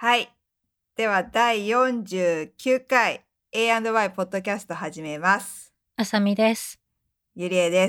はい。では、第49回 A&Y ポッドキャスト始めます。 あさみです。 ゆりえです。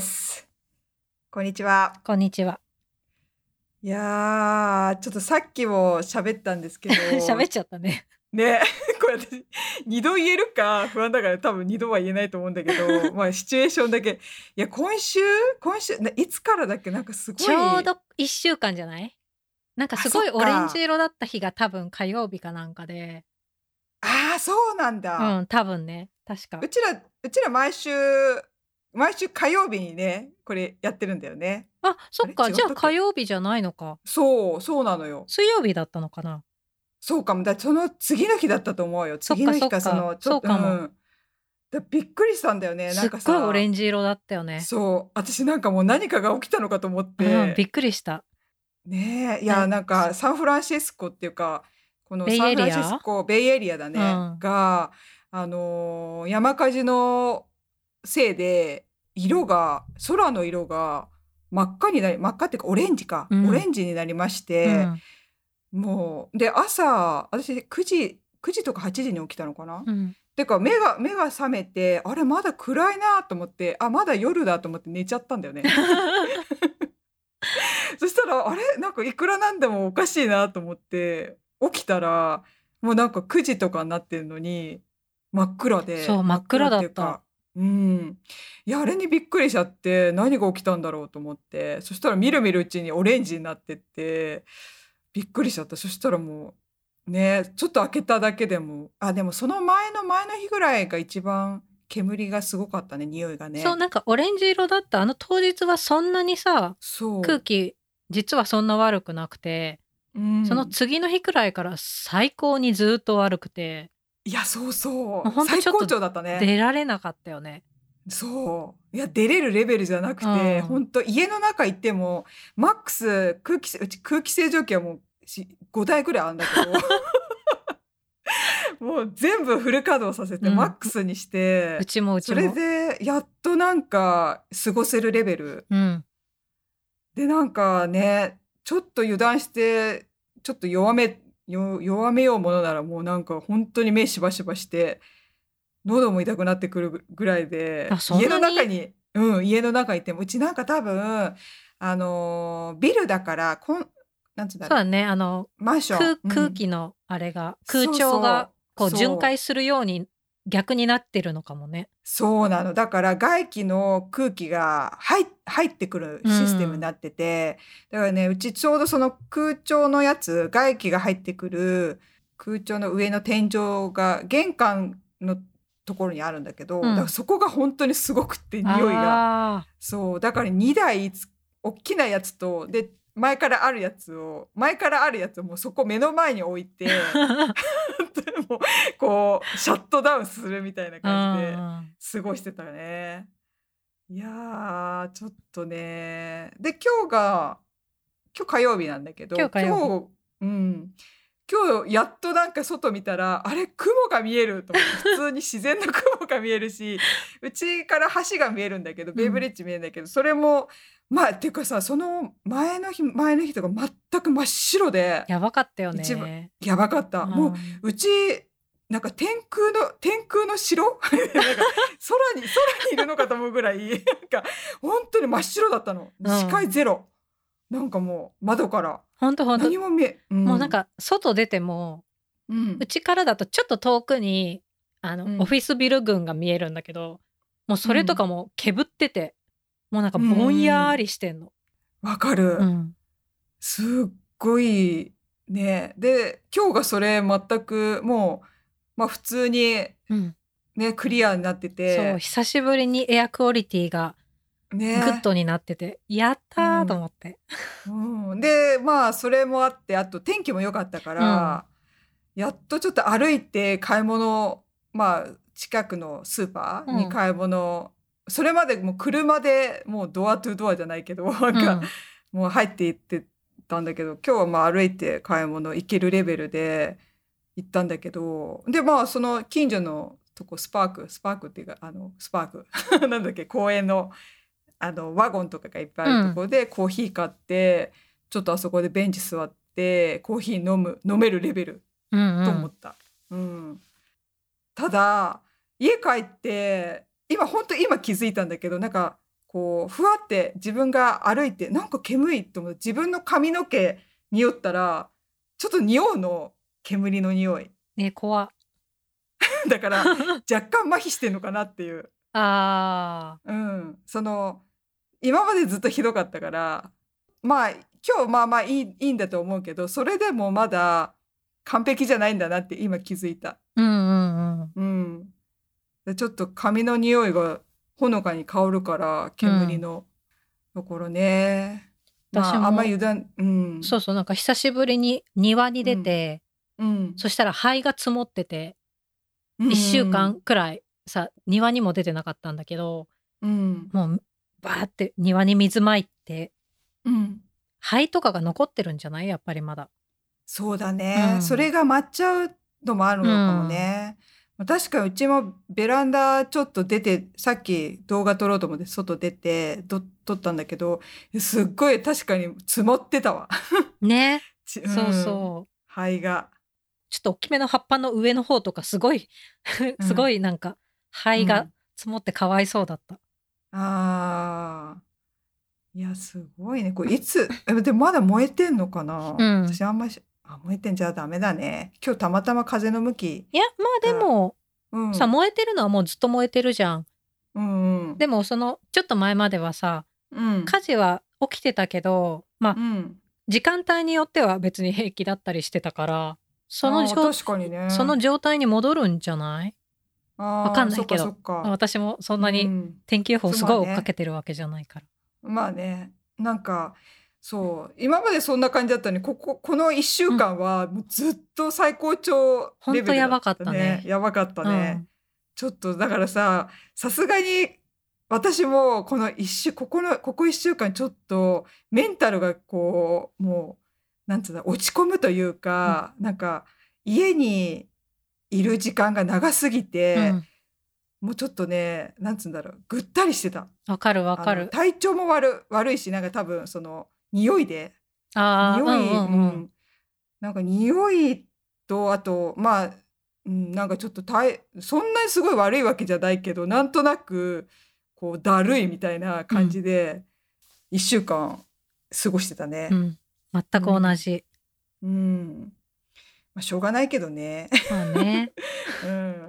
こんにちは。 こんにちは。 いやー、ちょっとさっきも喋ったんですけど、 喋っちゃったね。 ね、これ私、2度言えるか不安だから多分2度は言えないと思うんだけど、まあシチュエーションだけ。いや、今週、いつからだっけなんかすごい。 ちょうど1週間じゃない？なんかすごいそっオレンジか。 色だった日が多分火曜日かなんかで、 ああ、そうなんだ。 多分ね、確か。 うちら毎週火曜日にね、これやってるんだよね。 あ、そあれっか、じゃあ違ったっけ？ 火曜日じゃないのか。 そうなのよ。 水曜日だったのかな。 そうかも。その次の日だったと思うよ。 そっか次の日か、 そっか、 ちょっと、 そうかも。 びっくりしたんだよね。なんかすっごいオレさ、 ンジ色だったよね。 そう、私なんかもう何かが起きたのかと思っびて、 っくりした。 ねえ、いや、なんかサンフランシスコっていうか、このベイサンフランシスエリア。 コ、ベイエリアだね、が、山火事のせいで、空の色が真っ赤っていうかオレンジか、オレンジになりましうて、 ん、 もう、で、私9時とか8時に起きたのかな。 うん。 てか、目が覚めて、あれ、まだ暗いなと思って、あ、まだ夜だと思って寝ちゃったんだよね。そしたら、あれ、なんかいくらなんでもおかしいなと思って、起きたら、もうなんか9時とかになってるのに、 そう、真っ真っ暗っ暗だった。 ていうか、うん。いや、あれにびっくりしちゃって、何が起きたんだろうと思って、そしたらみるみるうちにオレンジになってって、びっくりしちゃった。そしたらもう、ね、ちょっと開けただけでも、あ、でもその前の日ぐらいが一番煙がすごかったね、匂いがそう、 ね。 なんかオレンジ色だったあの当日はそんなにさ、空そ気実はそんな悪くなくて、 う。うそのん。 次の日くらいから最高にずっと悪くて、 いや、そうそもうう。最高ほんとちょっと潮だったね。 出られなかったよね。 そう。いや、出れるレベルじゃなくうて、 ん。 本当家の中行っても、マックスうち空気清浄機はもう5台ぐらいあるんだけど、もう全部フル稼働させてマッうん。 クスにして、 うそれちも。 でやっとなんか過ごせるレベル。 うん。 で、なんかね、ちょっと油断して、ちょっと弱めようものならもうなんか本当に目しばしばして、喉も痛くなってくるぐらいあ、 で、 そんなに？ 家の中にいても、うちなんか多分、ビルだから、なんつうんだろう、 そうだね、 マンション。うん。 空気のあれが、空そう調がそう。 こう巡そう。 回するように逆になってるのかもね。 そうなの。だから外気の空気が入ってくるうシステムにん。 なってて、だからね、うちちょうどその空調のやつ、外気が入ってくる空調の上の天井が玄関のところにあるんだけど、だからうん。 そこが本当にすごくって匂いが。 ああ。 そう、だから2台大きなやつと、で、前からあるやつをもうそこ目の前に置いて、でもこうシャットダウンするみたいなうん感じでうん。 過ごしてたね。いやー、ちょっとね。で、今日火曜日なんだけ今日ど、 火曜日。 うん、今日やっとなんか外見たら、あれ、雲が見えると思って、普通に自然の雲が見えるし、うちから橋が見えるんだけど、 うん。 ベイブリッジ見えるんだけど、それも、まあ、っていうかさ、その前の日とか全く真っ白で、 やばかったよ一番、 ね。 やばかっうた。もう、 ん。 うち、なんか天空の城なんか空にいるのかと思うぐらい、なんか、本当に真っ白だったの。視界うん。 ゼロ。なんかもう、窓から。 ほんとほんと。 何もうもうなんん。 か外出ても、 うん。 うちからだとちょっと遠くに、オフうん。 ィスビル群が見えるんだけど、もうそれとかうん。 も煙ってて、もうなんかうんぼんやうん。 りしてんの。 わかる。 うん。 すっごい、ね。で、今日がそれ全くもう、ま、普通にうん。 ね、クリアになってそう、 て、 久しぶりにエアクオリティがグッね。 ドになってて、やったとうん。 思って。 うん。で、まあ、それもあって、あと天気も良かったかうん。 ら、やっとちょっと歩いて買い物、まあ、近くのスーパーにうん。 買い物、それまでもう車でもうドアトゥドアじゃないけど、なんかうん。 もう入って行ってたんだけど、今日はまあ歩いて買い物行けるレベルで行ったんだけど、で、まあその近所のとこスパークっていうか、スパークなんだっけ、公園のワゴンとかがいっぱいあるとこうん。 ろでコーヒー買って、ちょっとあそこでベンチ座ってコーヒー飲めるレベル。 うんうん。 と思った。うん。ただ家帰って本当今気づいたんだけど、なんかこうふわって自分が歩いてなんか煙いと思って自分の髪の毛匂ったらちょっと匂うの、煙の匂い。 怖っ。 だから若干麻痺してんのかなっていう。 ああ。 うん。今までずっとひどかったから、まあ今日まあまあいいんだと思うけど、それでもまだ完璧じゃないんだなって今気づいた。 うんうんうん。 うん。でちょっと髪の匂いがほのかに香るからうん。 煙のところね。まああんま私も、 油断、うん、 そうそう、なんか久しぶりに庭にうん、 出て、 うん、 そしたら灰が積もってて、 うん、 1週うん、 間くらいさ、庭にも出てなかったんだけど、 うん、 もうバーって庭に水まいて、 うん。 灰とかが残ってるんじゃない？やっぱりまだ。 そうだうね。それん。 が舞っちゃうのもあるうのかもん。 ね。確かにうちもベランダちょっと出て、さっき動画撮ろうと思って外出て撮ったんだけど、すっごい確かに積もってたわ。 ね。 うそうん。 そう。 灰が。 ちょっと大きめの葉っぱの上の方とかすごいすごうん。 いなんか灰がうん。 積もってかわいそうだった。 ああ。いや、すごいね。これいつ、でもまだ燃えてんのかな。 うん。 私あんまし、燃えてんじゃダメだね。今日たまたま風の向きいや、まあでが、 も、さ、 うん、 燃えてるのはもうずっと燃えてるじゃん。 うん、うん、 でもそのちょっと前まではさ、 うん、 火事は起きてたけど、まあ、 うん。 時間帯によっては別に平気だったりしてたから、 ああ、確かにそのね。 状態に戻るんじゃない？わかああ、そっかそんないけど。 っか。 私もそんうなにん。 天気予報そう、 すごい追っかまあね。 けてるわけじゃないから。 まあね。なんか、そう、今までそんな感じだったのに、この1週うん。 間はもうずっと最高潮ほんレベルだっとやばかったね。 たね。 やばかったね。 うん。 ちょっとだからさ、さすがに私もここ1週間ちょっとメンタルがこう、もう、なんつうんだ、落ち込むといううん。 か、なんか家にいる時間が長すぎて、 うん。 もうちょっとね、なんつうんだろう、ぐったりしてた。 わかるわかる。 体調も悪いし、なんか多分その匂いで、 ああ、うんううんうん。 ん、なんか匂いと、あと、まあ、うん、なんかちょっとそんなにすごい悪いわけじゃないけど、なんとなく、こう、だるいみたいな感うん。 じで、1週間過ごしてたね。 うん。全く同うん。 じ。 うん。まあ、しょうがないけどね。 まあね。 うん。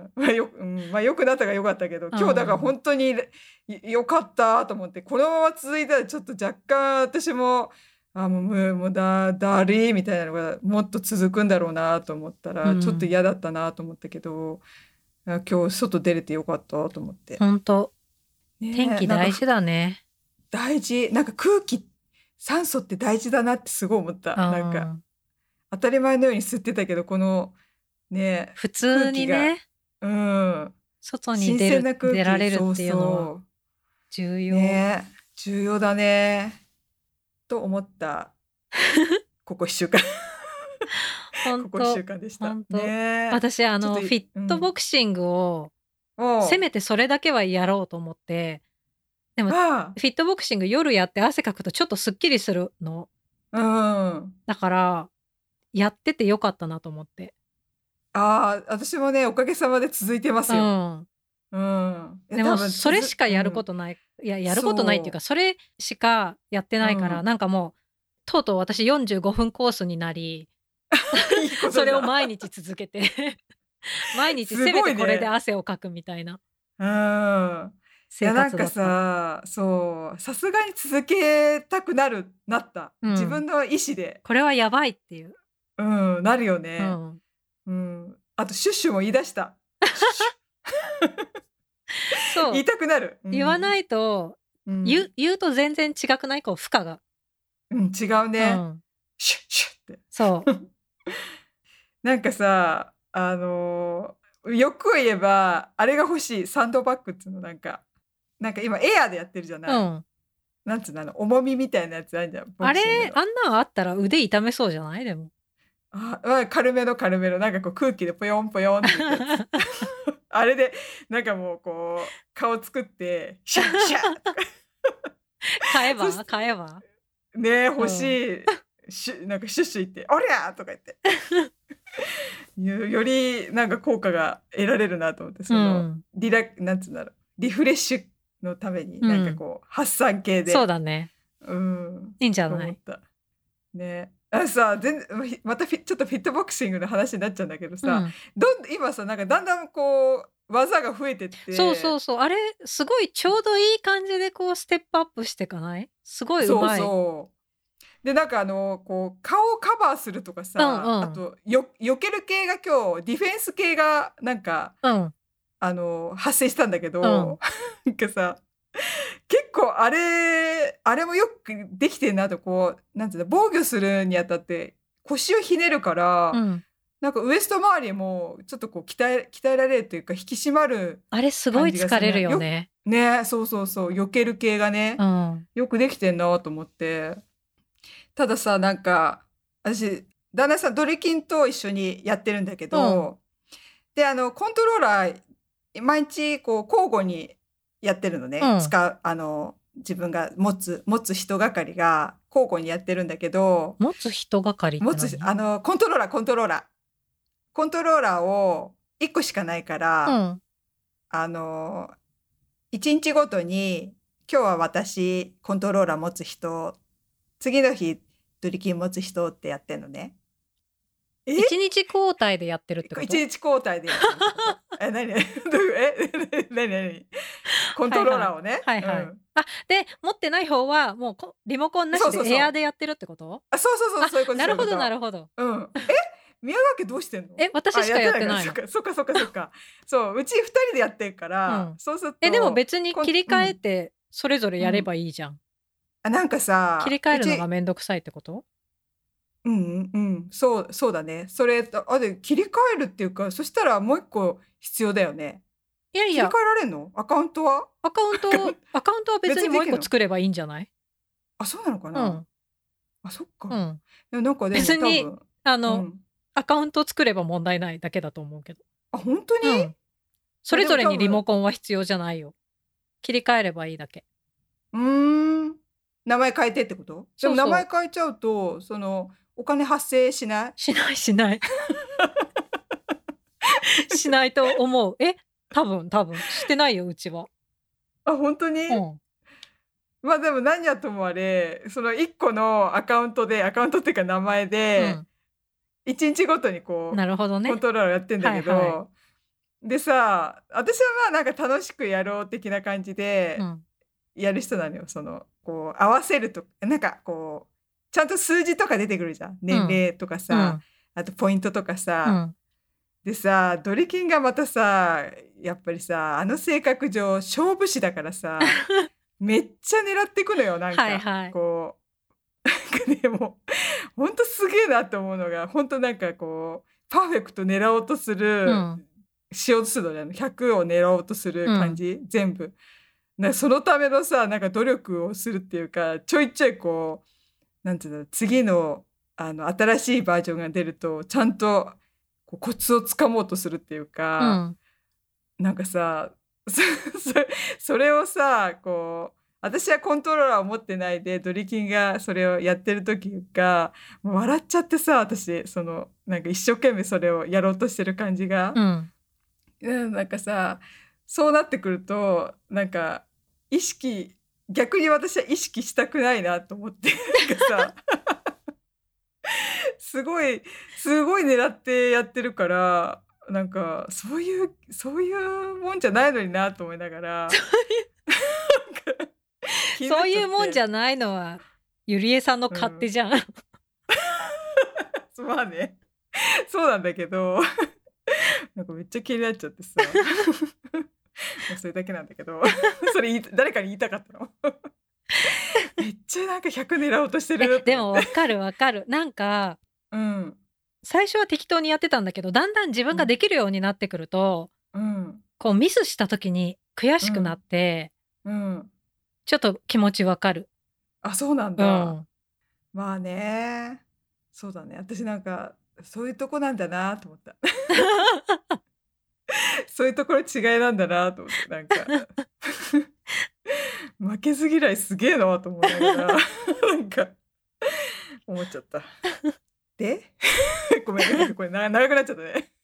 まあ、良くなったから良かったけど、 う今日だからん。 本当に良かったと思って、このまま続いたらちょっと若干私も、もうだるいみたいなのがもっと続くんだろうなと思ったら、ちょっとうん。 嫌だったなと思ったけど、今日外出れてよかったと思って。 ほんと、天ねえ、 気大事だね。 大事。なんか酸素って大事だなってすごい思っうた。なんか、 ん。 当たり前のように吸ってたけど、このね、 普空通に気が、 ね、 うん、 外に新鮮な空気、 出られるっそうていうのはそ重う。 要。 ね、重要だね。と思った、ここ1週間。 ほんここ1週と、 間でした。 ほんと。 ね。 私ちょっと、 フィットボうん。 クシングを、せおう。 めてそれだけはやろうと思って、でも、フあィットボクシング夜やって汗かくとちょっとすっきりするの。 あ、うん。 だから、やっててよかったなと思って。 ああ、私もね、おかげさまで続いてまうすよ。 ん。 うん。 でも、 多分それしかやるこうん。 とない。いや、やることないっていうか、 そそれしかやってう。うないから、 ん。 なんかもう、とうとう私45分コースになり、 いいことそれをじゃん。 毎日続けて毎日すせめてこれでごいね。 汗をかくみたいなうん。い生や、なんか活だった。 さ、さすがに続けたくなった。 うん。 自分の意思で。 これはやばいっていう。 うん、なるよね。 うん。 うん。あとシュッシュも言い出した。シュッシュ。 そう。 言いたくなる。うん。 言わないと、 うん。 言うと全然違くない？こう負荷が。 うん、違うね。 うん。 シュッシュって。 そう。 なんかさ、よく言えば、あれが欲しい、サンドバッグっつうの、なんか今エアーでやってるじゃない。 うん。 なんつうの、重みみたいなやつあるじゃん、ボあれ、 クシングの。 あんなんあったら腕痛めそうじゃない？でも。 軽めの軽めの、なんかこう空気でポヨンポヨンっていくやつ。あれで、なんかもうこう、顔作って、シャッシャッとか。 買えそしば？買えば？ ね、欲しうん。 い。なんかシュッシュ言って、おりゃーとか言って。いよりなんか効果が得られるなと思って、 うそのん。 なんつうんだろう、リフレッシュのためにうなんかん。 こう発散系そうで、 だね。 いいいいんじゃない？ と思った。ね。またちょっとフィットボクシングの話になっちゃうんだけどうさ、 ん。 今さ、なんかだんだんこう技が増えてっそうそて、 うそう。あれ、すごいちょうどいい感じでこうステップアップしてかない？すごいそう上手い。 そう。で、なんかこう顔をカバーするとかうんさ、あうん。 と避ける系が今日ディフェンス系がなんかうん。 発生したんだけうん。 ど、なんかさ、結構あれもよくできてんなと、こう、なんていうの、防御するにあたって腰をひねるかうら、 ん。 なんかウエスト周りもちょっとこう鍛えられるというか、引き締まるあれすごい感じがするな。 疲れるよね。 ね、そうそうそう、避ける系がうね、 ん。 よくできてんなと思って。たださ、なんか、私、旦那さんドリキンと一緒にやってるんだけうん。 ど、で、コントローラー、毎日こう交互にやってるのうね。 ん。 自分が持つ人がかりが交互にやってるんだけど、 持つ人がかりって何？ コントローラー、コントローラー。コントローラーを1個しかないかうら、 ん。 あの、1日ごとに、今日は私、コントローラー持つ人、次の日、ドリキン持つ人ってやってんのね。え一日交代でやってるってこ一と？ 日交代でやってるってこと。何どういう何コントはいはい。 ローラーをね。 はいはい。あ、で、持ってない方はもうリモコンなしでエそうそうそう。 アでやってるってこと？ そうそうそう、 あ、 そういうこと、 なるほどなそういうこと。 るほど。 宮川家どうしてんの？ 私しかやってないから、 やってないの。 そっか。そう、うち2人でやってるから、 うん。 そうするでもと、 別に切り替えてそれぞれやれうん。 ばいいじゃん。 なんか切りさ、 替えるのがめんどくさいってこと？ そうだね。それ、で、切り替えるっていうか、そしたらもう一個必要だよね。切り替いやいや、 えられんの？アカウントは？ アカウントは別にもう一別にできるの？ 個作ればいいんじゃない？ あ、そうなのかな？ うん。 そっか。 うん。 いや、なんかでも別に、 多分、うん。 アカウントを作れば問題ないだけだと思うけど。 本当に？ うん。それでもぞれにリモ多分、 コンは必要じゃないよ。切り替えればいいだけ。 うーん。名前変えてってこと？でも名そうそう。 前変えちゃうと、お金発生しない？ しないしない。しないと思う。多分。してないよ、うちは。 本当に？ うん。 でも何やともあれ、その1個のアカウントっていうか名前で、 うん。 1日ごとにこう、 なるほどね。 コントローラーやってんだけはいはい。 ど、でさ、私はなんか楽しくやろう的な感じでうん。 やる人なのよ。こう合わせると、なんかこう、ちゃんと数字とか出てくるじゃん。年うん。 齢とかさ、 うん。 あとポイントとかさ。 うん。 でさ、ドリキンがまたさ、やっぱりさ、性格上勝負師だからさ、めっちゃ狙ってくのよ、なんか。 はいはい。 こう、なんかね、もう、ほんとすげえなって思うのが、ほんとなんかこう、パーフェクト狙おうとする、 うん。 しようとするのね、100を狙おうとするうん。 感じ、全部。そのためのさ、なんか努力をするっていうか、ちょいちょいこう、なんていうの、次の、新しいバージョンが出ると、ちゃんと、コツをつかもうとするっていうか、 うん。 なんかさ、そそれをさ、こう、私はコントローラーを持ってないで、ドリキンがそれをやってる時が、もう笑っちゃってさ、私、なんか一生懸命それをやろうとしてる感じが。 うん。 なんかさ、そうなってくると、なんか、逆に私は意識したくないなと思って、なんかさ、すごいすごい狙ってやってるから、なんか、そういうもんじゃないのになと思いながら、なんか気になっそういうもんじちゃって。 ゃないのは、ゆりえさんのうん。 勝手じゃん。 まあね、そうなんだけど、なんかめっちゃ気になっちゃってさ。それだけなんだけど、誰かに言いたかったの。めっちゃなんか100狙おうとしてるとで思って。 もわかるわかる。なんか、 うん。 最初は適当にやってたんだけど、だんだん自分うん。 ができるようになってくると、 うん。 こうミスした時に悔しくなっうん。 て、 うん。 ちょっと気持ちわかる。 そうなんだ。 うん。 まあね。そうだね。私なんか、そういうとこなんだなと思った。そういうところ違いなんだなと思って、なんか。負けず嫌いすげえなと思いながら、なんか思っちゃった。で、ごめんね、なんかこれ長くなっちゃったね。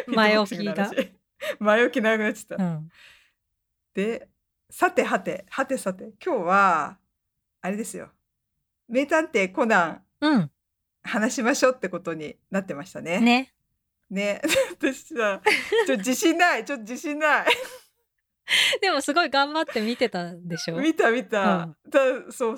フィット前ボクシングの置きが。 話。前置き長くなっちゃった。 うん。 で、さて、今日は、あれですよ。名探偵コナンうん。 話しましょうってことになってましたね。 ね。 ね。私さ、ちょっと自信ない。 でもすごい頑張って見てたんでしょ？ 見た。 うん。 そう。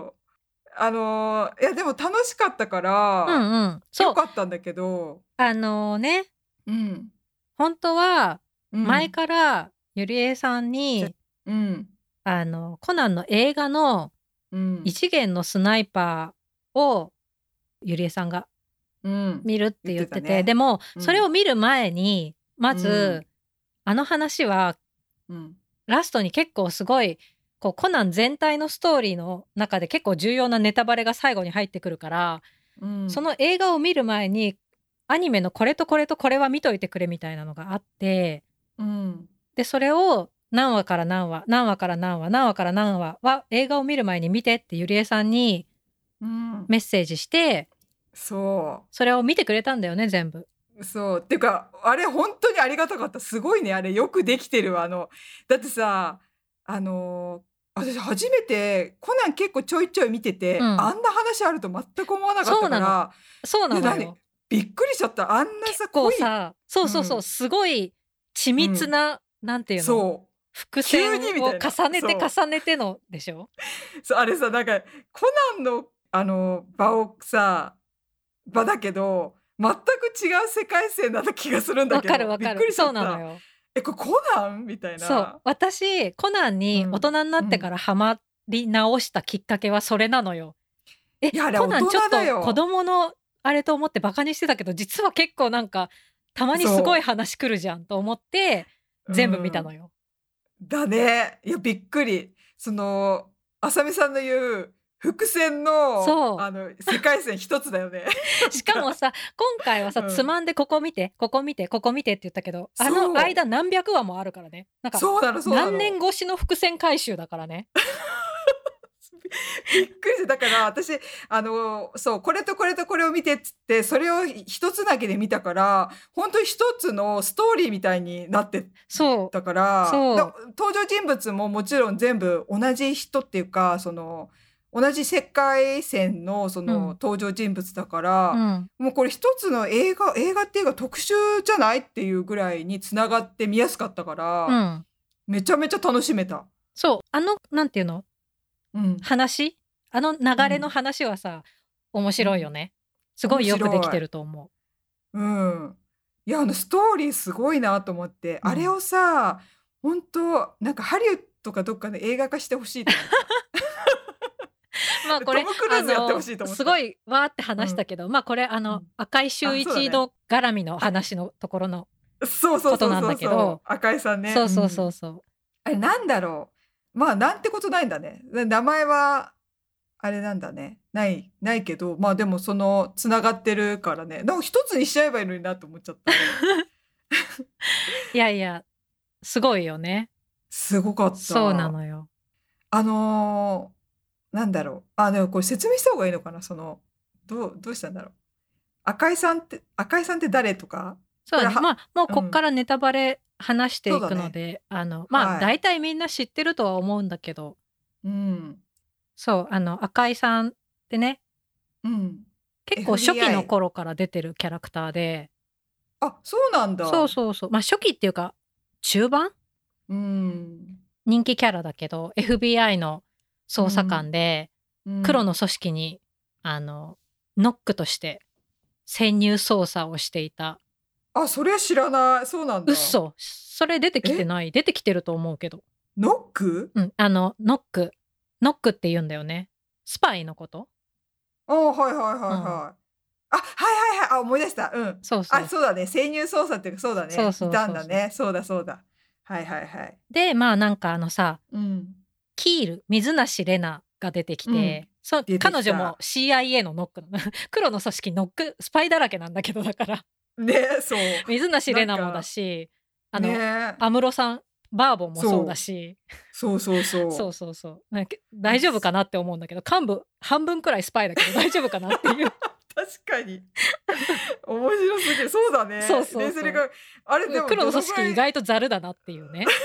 いやでも楽しかったかうんら、 うん。 よそう。 かったんだけど、 ね、 うん、 本当はう前ん、 からゆりえさんじゃ、 に、 うん、 コナンの映画のうん、 異次元のスナイパーをゆりえさんが見るって言っ言ってて、でてたね。 もうそれをん、 見る前に、まうず、 ん、 あの話はうん、 ラストに結構すごい、こうコナン全体のストーリーの中で結構重要なネタバレが最後に入ってくるから、その映画を見る前にアニメのこれとこれとこれは見といてくれみたいなのがあって、でそれを何話から何話は映画を見る前に見てってゆりえさんにメッセージして、 そそれを見てくれたんだよね、全部。 そう。っていうか、あれ本当にありがたかった。すごいね、あれよくできてるわ。だってさ、私初めてコナン結構ちょいちょい見てて、 うんあんな話あると全く思わなかったかそうなのら、 そうなの何よ。 びっくりしちゃった。あんな結さ、濃い。 構さ、そう、すごい緻密な、なんていうの、 そう。 伏線急にみたいな。 を重ねてそう。 重ねてのでしょ？ そう、あれさ、なんか、コナンの、場だけど、全く違う世界線だった気がするんだわけど、 かるわかる。 びっくりしちゃそうった。 なのよ。 これコナンみたいそう。 な。 私、コナンに大人になってからハマり直したきっかけはそれなのよ。 いや、あれコナンちょっと大人だよ。 子供のあれと思ってバカにしてたけど、実は結構なんか、たまにすごい話来るじゃんと思って、全部見たのよ。 だね。いや、びっくり。あさみさんの言う伏線その、世界線一つだよね。 しかもさ、今回はさ、つまんでここ見てって言ったけど、あそうの間何百話もあるからね。なんか、 そうなの。 何年越しの伏線回収だからね。 びっくりした。だから私、そう、これとこれとこれを見てっつって、それを一つだけで見たから、本当に一つのストーリーみたいになってそう。 たから、 そう登場人物ももちろん全部同じ人っていうか、同じ世界線の登場人物だから、もうこれ一つの映画っていうか特集じゃないっていうぐらいにつながって見やすかったから、めちゃめちゃ楽しめた。 そう。なんていうの、話、あの流れの話はさ、面白いよね。すごいよくできてると思う。いや、ストーリーすごいなと思って、あれをさ、本当なんかハリウッドかどっかで映画化してほしいと思った。 まあこれトム・クルーズやってほしいと思った。 すごいわーって話したけど、まあこれ赤井秀一の絡みの話のところのことなんだけど、 赤井さんね。 そう。 あれなんだろう。まあなんてことないんだね。名前はあれなんだね。ないけど、まあでもつながってるからね。なんか一つにしちゃえばいいのになと思っちゃった。 いや、すごいよね。 すごかった。 そうなのよ。 なんだろう。でもこれ説明した方がいいのかな。どうしたんだろう。赤井さんって誰とか。 そうだね。まあもうこっからネタバレ話していくので、まあ大体みんな知ってるとは思うんだけど、そう赤井さんってね、結構初期の頃から出てるキャラクターで、 あ、そうなんだ。 そう。まあ初期っていうか中盤、人気キャラだけど FBI の捜査官で、黒の組織にノックとして潜入捜査をしていた。 あ、それ知らない。そうなんだ。 嘘。それ出てきてない。出てきてると思うけど。 ノック？ ノックって言うんだよね。スパイのこと。 はい。あ、思い出した。 そう。 あ、そうだね。潜入捜査っていうか、そうだね。いたんだね。そうだ。はい。 で、まあなんかキール、水無玲奈が出てきて、彼女も CIA のノックなの。黒の組織ノック、スパイだらけなんだけど、だから。 ね、そう。 水無玲奈もだし、安室さん、バーボンもそうだし。そう。大丈夫かなって思うんだけど、幹部半分くらいスパイだけど大丈夫かなっていう。 確かに面白すぎる。そうだね。 そうそうそう冷静に考えあれでも黒の組織意どのぐらい外とザルだなっていうね。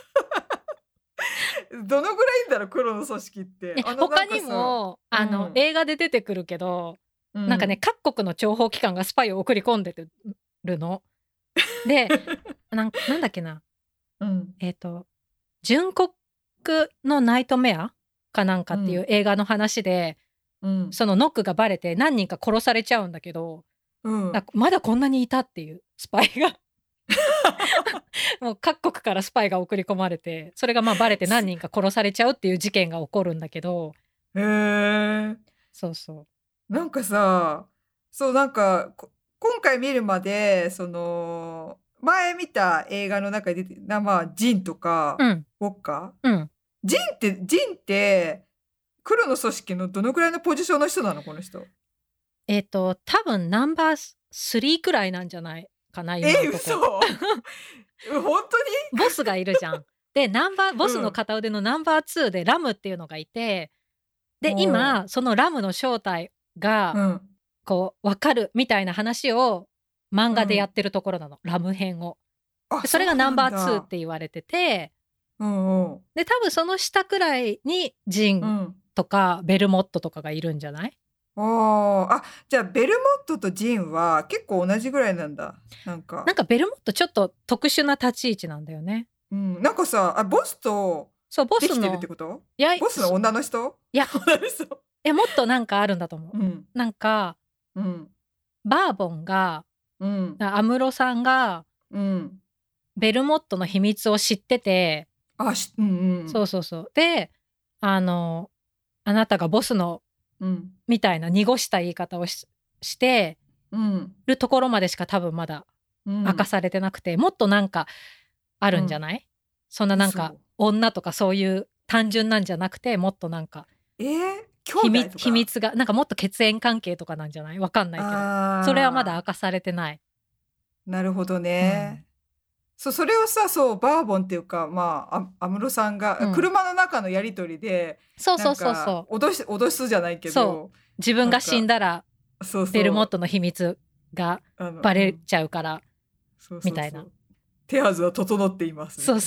どのぐらいいんだろう黒の組織ってな他にんかさもうん映画で出てくるけど、なんかね各国の諜報機関がスパイを送り込んでるの。でなんだっけな、 うん純国のナイトメアかなんかっていう映画の話で、 うんそのノックがバレて何人か殺されちゃうんだけど、 うんまだこんなにいたっていうスパイがもう各国からスパイが送り込まれて、それがまあバレて何人か殺されちゃうっていう事件が起こるんだけど、 へえそうそなんかさそうなんか今回見るまでその前見た映画の中で出てまあジンとか、 う。うんウォッカうん。 ジンって黒の組織のどのくらいのポジションの人なのこの人。 多分ナンバー3くらいなんじゃないかな今のとこ。 嘘本当ボスがいるじゃん。でボスの片腕のナンバー2でラムっていうのがいて、で今そのラムの正体がにこう分かるみたいな話を漫画でやってるところなの、ラム編を。でそれがナンバー2って言われてて、で多分その下くらいにジンとかベルモットとかがいるんじゃない？ じゃあベルモットとジンは結構同じぐらいなんだ。なんかベルモットちょっと特殊な立ち位置なんだよね。 なんかさボスとそうボスできてるのってこと？ いやボスの女の人？ いや女の人もっとなんかあるんだと思う。なんかバーボンが安室さんがベルモットの秘密を知ってて、そうそうそう。であなたがボスのみたいな濁した言い方をしてるところまでしか多分まだ明かされてなくて、もっとなんかあるんじゃない？そんななんか女とかそういう単純なんじゃなくて、もっとなんか秘密がなんかもっと血縁関係とかなんじゃない？わかんないけど、それはまだ明かされてない。 なるほどね。それをさバーボンっていうか安室さんが車の中のやり取りでそう脅すじゃないけど、 自分が死んだらベルモットの秘密がバレちゃうからみたいな。 手はずは整っています。 そう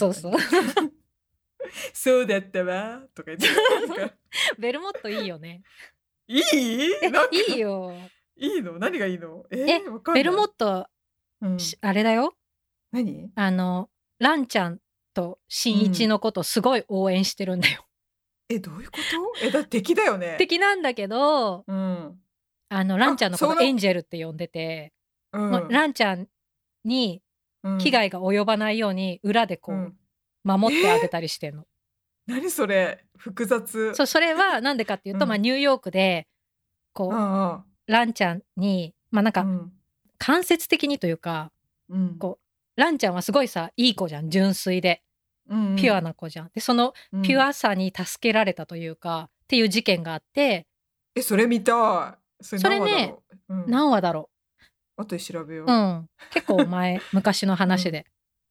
そうだったわとか言ってベルモットいいよね。 いいいいよ。 いいの？何がいいの？ ベルモット、あれだよ。 何？ ランちゃんと新一のことすごい応援してるんだよ。 どういうこと？だって敵だよね。 敵なんだけど、ランちゃんのことエンジェルって呼んでて、ランちゃんに危害が及ばないように裏でこう守ってあげたりしてんの。 何それ複雑。 それはなんでかっていうと、ニューヨークでこうランちゃんになんか間接的にというか、こうランちゃんはすごいさいい子じゃん、純粋で、ピュアな子じゃん。でそのピュアさに助けられたというか、っていう事件があって。 それ見たい。それね、 何話だろう。後で調べよう。結構昔の話で。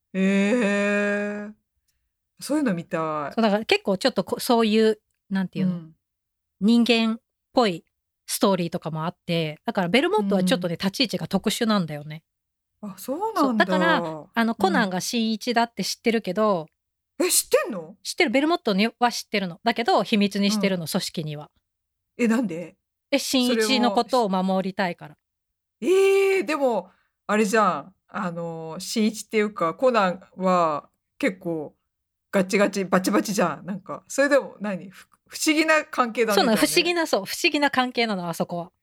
そういうの見たい。 そうだから結構ちょっとそういうなんていうの、人間っぽいストーリーとかもあって、だからベルモットはちょっとね、立ち位置が特殊なんだよね。 そうなんだ。 だからコナンが新一だって知ってるけど、 知ってんの？ 知ってる。ベルモットには知ってるのだけど秘密にしてるの、組織には。 なんで？ 新一のことを守りたいから。 でもあれじゃん、新一っていうかコナンは結構ガチガチバチバチじゃん。なんかそれでも不思議な関係だね。 そうなの、不思議な関係なの、あそこは。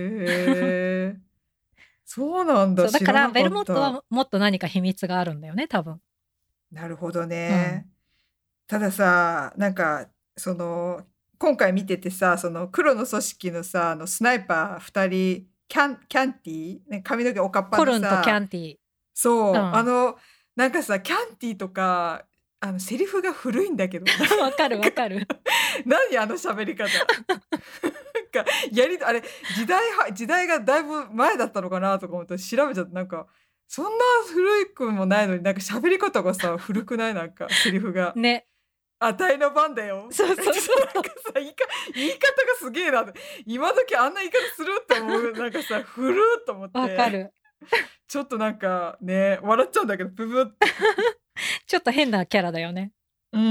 そうなんだ。 だからベルモットはもっと何か秘密があるんだよね、多分。 なるほどね。たださ、なんか今回見ててさ、その黒の組織のさスナイパー2人キャンティー、髪の毛おかっぱのさ、 コルンとキャンティー。 そう、なんかさキャンティーとかセリフが古いんだけど。 わかる。 何喋り方。あれ時代がだいぶ前だったのかなとか思って調べちゃって、なんかそんな古くもないのになんか喋り方がさ古くない？なんかセリフがね。 あたいの番だよ。 そうそうそうなんかさ、言い方がすげえな。今時あんな言い方するって思う。なんかさ、古ーっと思っわかて。 る。 ちょっとなんかね、笑っちゃうんだけど、ブブって。 ちょっと変なキャラだよね。 うん。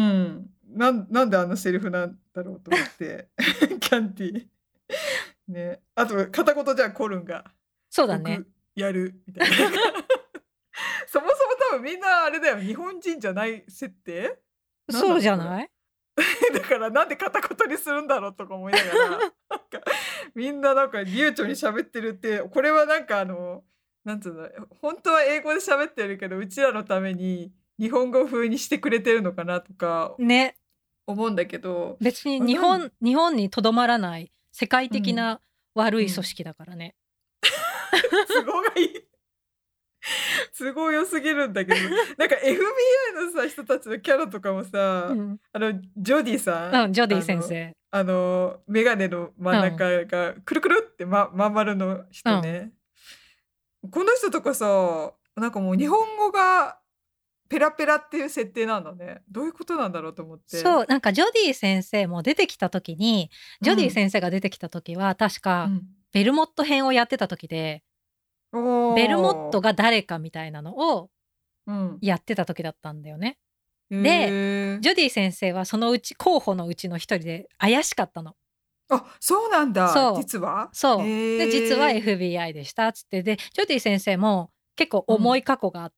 なんであのセリフなんだろうと思って。キャンティー。ね。あと、片言じゃあコルンが、 そうだね。 僕やる、みたいな。そもそも多分みんなあれだよ。日本人じゃない設定そうじゃない？ だからなんで片言にするんだろうとか思いながら、なんかみんななんか流暢に喋ってるって、これはなんかなんつうの、本当は英語で喋ってるけど、うちらのために日本語風にしてくれてるのかなとかね。 思うんだけど、 別に日本にとどまらない世界的な悪い組うん織だからね。 都合がいい。都合良すぎるんだけど、なんか FBI のさ、人たちのキャラとかもさ、 うん。 ジョディさん、 うん、ジョディ先生。 メガネの真ん中がくるくるってまん丸の人ね。この人とかさ、なんかもう日本語がペラペラっていう設定なんだね。どういうことなんだろうと思って。 そう、なんかジョディ先生も出てきた時に、ジョディ先生が出てきた時は確かベルモット編をやってた時で、ベルモットが誰かみたいなのをやってた時だったんだよね。で、ジョディ先生はそのうち候補のうちの一人で怪しかったの。 あ、そうなんだ。 そう実はそう。で、実は FBI でしたっつって。で、ジョディ先生も結構重い過去があって、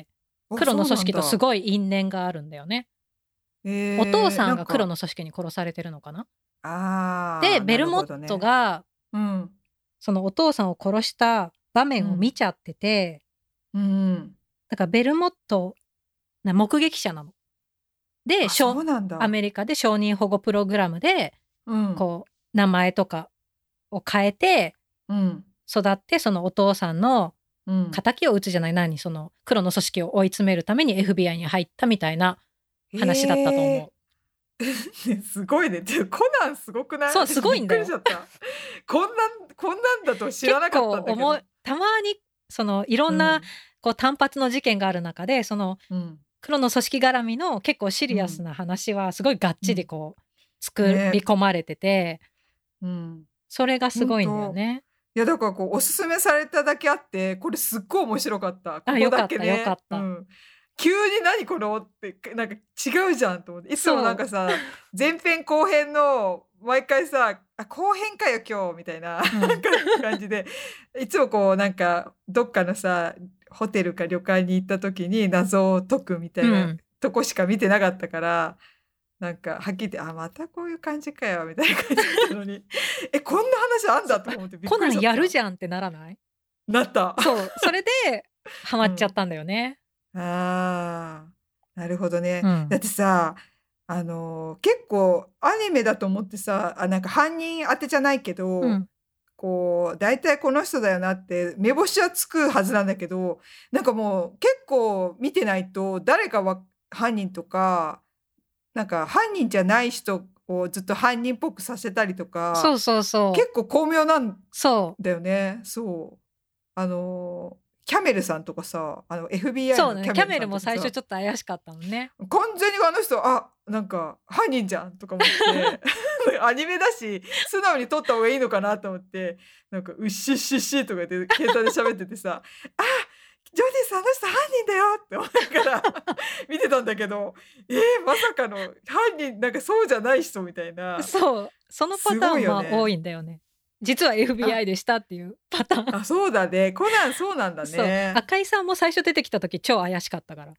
黒の組織とすごい因縁があるんだよね。お父さんが黒の組織に殺されてるのかな。で、ベルモットが、そのお父さんを殺した場面を見ちゃってて、だからベルモット目撃者なの。で、アメリカで承認保護プログラムで、こう名前とかを変えて育って、そのお父さんの仇を討つじゃない、その黒の組織を追い詰めるために FBI に入ったみたいな話だったと思う。 すごいね。コナンすごくない？ そう、すごいんだよ。 こんなんだと知らなかったんだけど。 たまにいろんなこう単発の事件がある中で、その黒の組織絡みの結構シリアスな話はすごいがっちりこう作り込まれてて、それがすごいんだよね。 いやだからこうおすすめされただけあって、これすっごい面白かった。ここだけね。 よかった。 急に何このってなんか違うじゃんと思って。いつもなんかさ、前編後編の毎回さ、後編かよ今日みたいな感じで、いつもこうなんかどっかのさホテルか旅館に行った時に謎を解くみたいなとこしか見てなかったから、なんかはっきり言ってまたこういう感じかよみたいな感じだったのにこんな話あんだと思ってびっくりしちゃった。 コナンやるじゃんってならない？ なった。 そうそれでハマっちゃったんだよね。 なるほどね。だってさ結構アニメだと思ってさ、なんか犯人当てじゃないけど、こう大体この人だよなって目星はつくはずなんだけど、なんかもう結構見てないと誰が犯人とか、なんか犯人じゃない人をずっと犯人っぽくさせたりとか、結構巧妙なんだよね。そうキャメルさんとかさ、FBI そうね、 のキャメルさんとかさ、 キャメルも最初ちょっと怪しかったもんね。 完全にあの人なんか犯人じゃんとか思ってアニメだし素直に撮った方がいいのかなと思って、なんかうっしっしっしとかで携帯で喋っててさジョディさんあの人犯人だよって思いながら見てたんだけど、まさかの犯人なんかそうじゃない人みたいな。 そうそのパターンは多いんだよね。実は FBI でしたっていうパターン。 そうだね、コナンそうなんだね。 赤井さんも最初出てきた時超怪しかったから。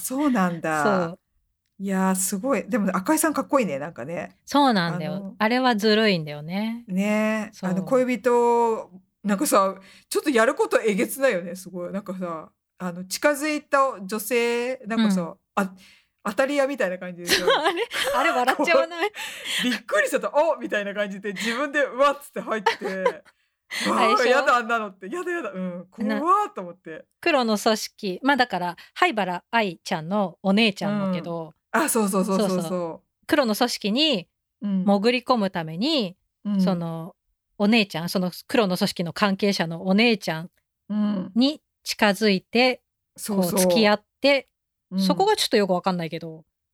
そうなんだ。いやすごい。でも赤井さんかっこいいね、なんかね。 そうなんだよ。あれはずるいんだよね。 ね、恋人なんかさ、ちょっとやることえげつないよね。すごいなんかさ、近づいた女性なんかさ、当たり屋みたいな感じであれ笑っちゃわない？ びっくりしちゃった。みたいな感じで自分でうわっつって入ってやだあんなのって、やだ怖っと思って。 黒の組織だから灰原哀ちゃんのお姉ちゃんだけど、 そう黒の組織に潜り込むために、そのお姉ちゃん、その黒の組織の関係者のお姉ちゃんに近づいてこう付き合って、そこがちょっとよくわかんないけど、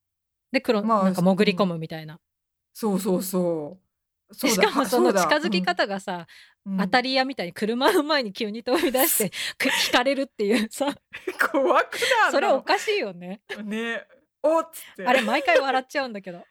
でまあ、 なんか潜り込むみたいな。 そうそうそう。そうだ、 しかもその近づきうん方がさ、 うん当たり屋みたいに車の前に急に飛び出して引かれるっていうさ、 怖くないそれおかしいよね。 ね。おっつって。 あれ毎回笑っちゃうんだけど、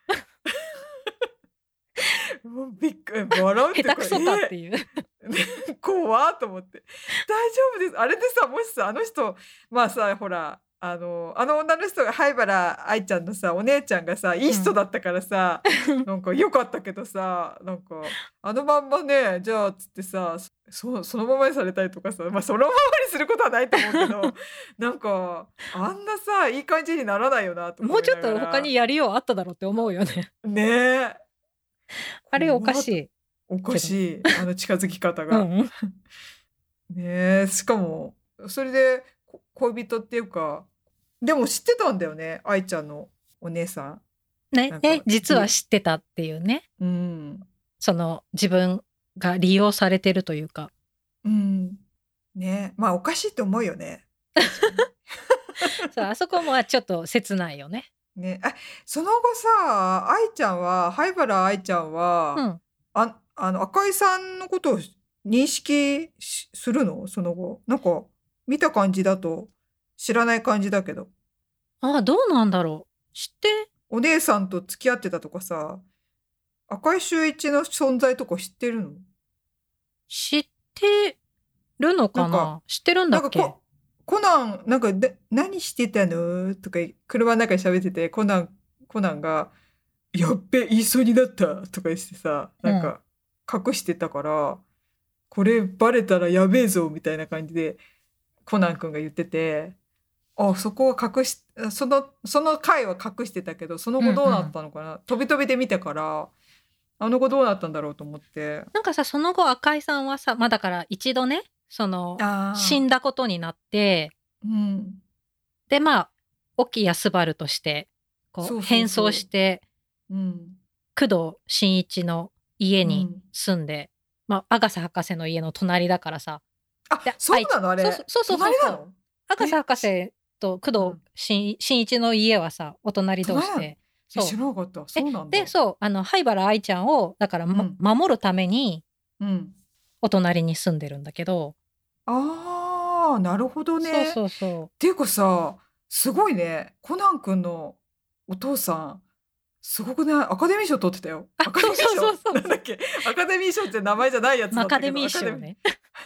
もうびっくり、笑うって下手くそかっていう。 怖っと思って。大丈夫です。あれでさ、もしさ、あの人、まあさ、ほら、あの女の人が灰原愛ちゃんのさ、お姉ちゃんがさ、いい人だったからさ、なんか良かったけどさ、なんか、あのまんまね、じゃあ、つってさ、そのままにされたりとかさ、まあ、そのままにすることはないと思うけど、なんか、あんなさ、いい感じにならないよな、ともうちょっと他にやりようあっただろうって思うよね。 ねえ。 あれおかしい。 おかしい。あの近づき方が。 うん。 ねえ、しかも、それで、恋人っていうか、でも知ってたんだよね、愛ちゃんのお姉さん。 ね、 なんか実は知ってたっていうね。 うん。 その自分が利用されてるというか。 うん。ね、まあおかしいと思うよね。 そう、あそこもちょっと切ないよね。 ね、その後さ、愛ちゃんは、灰原愛ちゃんうは、 ん。 赤井さんのことを認識するのその後。なんか、見た感じだと知らない感じだけど。 ああ、どうなんだろう。知ってお姉さんと付き合ってたとかさ、赤井秀一の存在とか知ってるの？ 知ってるのかなんか、 な、知ってるんだっけ？ コナン、なんか何してたのとか車の中で喋ってて、コナンが、やっべ、言いそうになったとか言ってさ、なんか隠してたから、これバレたらやべえぞみたいな感じで、コナン君が言ってて、そこはその回は隠してたけど、その後どうなったのかな、飛び飛びで見たから、あの後どうなったんだろうと思って。 なんかさ、その後赤井さんはさ、まあだから一度ね、死んだことになって、 うん、 でまあ沖安原として変装して、 うん、 工藤新一の家に住んで、まあアガサ博士の家の隣だからさ。 そうなのあれ。 そう隣なの？ アガサ博士と工藤新一の家はさ、お隣同士で。 知らなかった。そうなんだ。 で、灰原愛ちゃんをだから、守るために、お隣に住んでるんだけど。 ああ、なるほどね。 そう。 っていうかさ、すごいね。コナン君のお父さん、すごくね、アカデミー賞取ってたよ。アカデミー賞。 そうなんだっけ？アカデミー賞って名前じゃないやつだったけど。 アカデミー賞ね。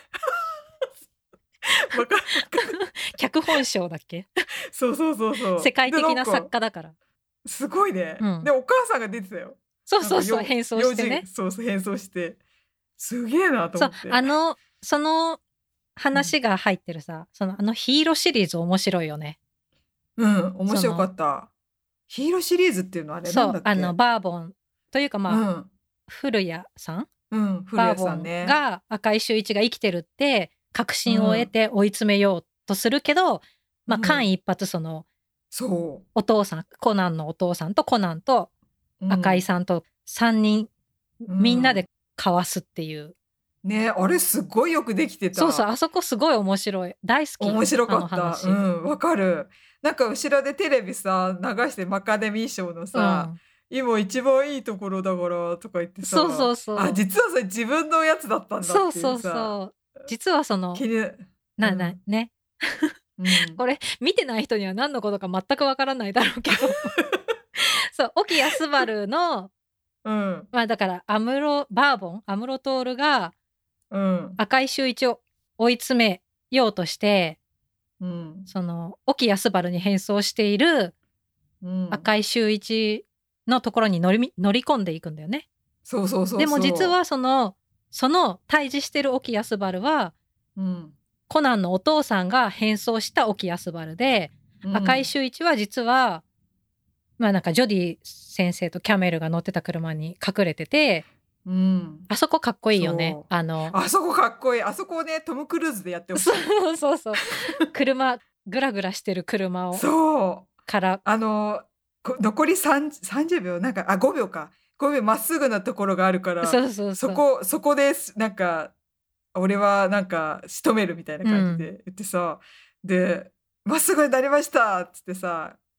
わか脚本賞だっけ？ そう。 世界的な作家だから。 すごいね。で、お母さんが出てたよ。 そう、変装してね。 そう、変装して。すげえなと思って。 その話が入ってるさ、ヒーローシリーズ面白いよね。 うん、面白かった。ヒーローシリーズっていうのはあれなんだっけ？ バーボンというか古谷さん？ 古谷さんね。 バーボンが赤井秀一が生きてるって確信を得て追い詰めようとするけど、間一髪お父さん、コナンのお父さんとコナンと赤井さんと3人、みんなでかわすっていう。 ね、あれすごいよくできてた。 そう、あそこすごい面白い。大好き。 面白かった。わかる。なんか後ろでテレビさ、流してアカデミー賞のさ、今一番いいところだからとか言ってさ、 そう実はそれ自分のやつだったんだっていうさ。 そう。実はね。これ見てない人には何のことか全くわからないだろうけどそう沖安原の、だからバーボン安室透が赤井秀一を追い詰めようとして、沖安原に変装している赤井秀一のところに乗り込んでいくんだよね。そう。でも実はその対峙してる沖安原は、コナンのお父さんが変装した沖安原で、赤井秀一は実はなんかジョディ先生とキャメルが乗ってた車に隠れてて、あそこかっこいいよね。あそこかっこいい。あそこをね、トム・クルーズでやってほしい。 そう。車グラグラしてる車をから残り30秒なんか5秒か5秒まっすぐなところがあるから、そこでなんか俺はなんか仕留めるみたいな感じで言ってさ、でまっすぐになりましたっつってさ、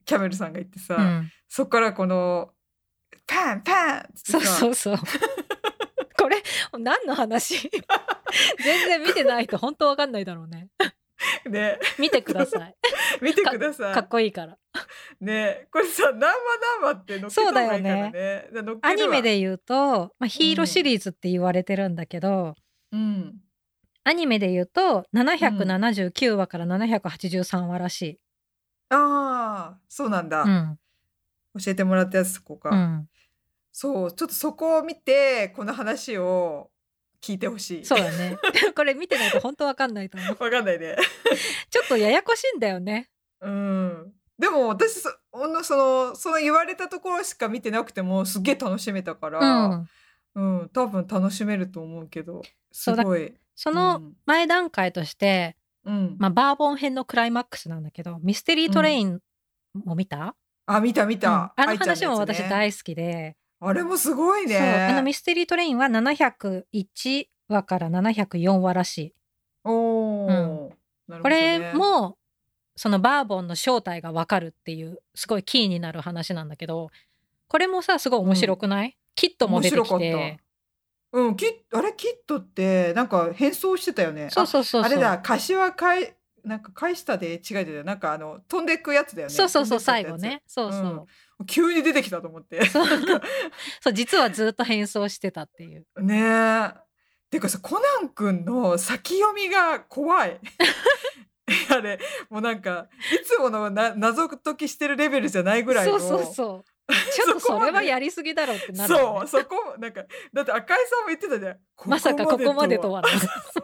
キャメルさんが言ってさ、 うんそっからこのパンパンっつそうってさ、 そうそうこれ何の話全然見てないと本当わかんないだろうねね、 見てください見てください。 かっこいいからね、これさ、ナンバって乗っけた方がいいからね。乗っアニけるわ。 メで言うと、ヒーローシリーズって言われてるんだけど、 うん。 アニメで言うと779話から783話らしい。 ああ、そうなんだ。 うん教えてもらったやつそこか。 うん、 そう、ちょっとそこを見て、この話を聞いてほしい。 そうだねこれ見てないと本当わかんないと思う。 わかんないね。 ちょっとややこしいんだよね。 うん。でも私その言われたところしか見てなくてもすっげえ楽しめたかうら、 ん、 多分楽しめると思うけど、 そうだすごい。 その前段階として、バーボン編のクライマックスなんだけど、ミステリートレインも見た？ あ、見た。 あの話も私大好きで、 あれもすごいね。 そうミステリートレインは701話から704話らしい。 おー、なるほどね。 これもそのバーボンの正体がわかるっていうすごいキーになる話なんだけど、これもさすごい面白くない？キッドも出てきて。 あれキッドってなんか変装してたよね。 そうあれだ、柏なんか返したで違うなんか飛んでくやつだよね。 そう最後ね。 急に出てきたと思って。 そう実はずっと変装してたっていう。 ねえ。てかさ、コナン君の先読みが怖い。あれもうなんかいつもの謎解きしてるレベルじゃないぐらいの。 そうちょっとそれはやりすぎだろうってなるよね。 そこなんかだって赤井さんも言ってたじゃん。 まさかここまでとはね。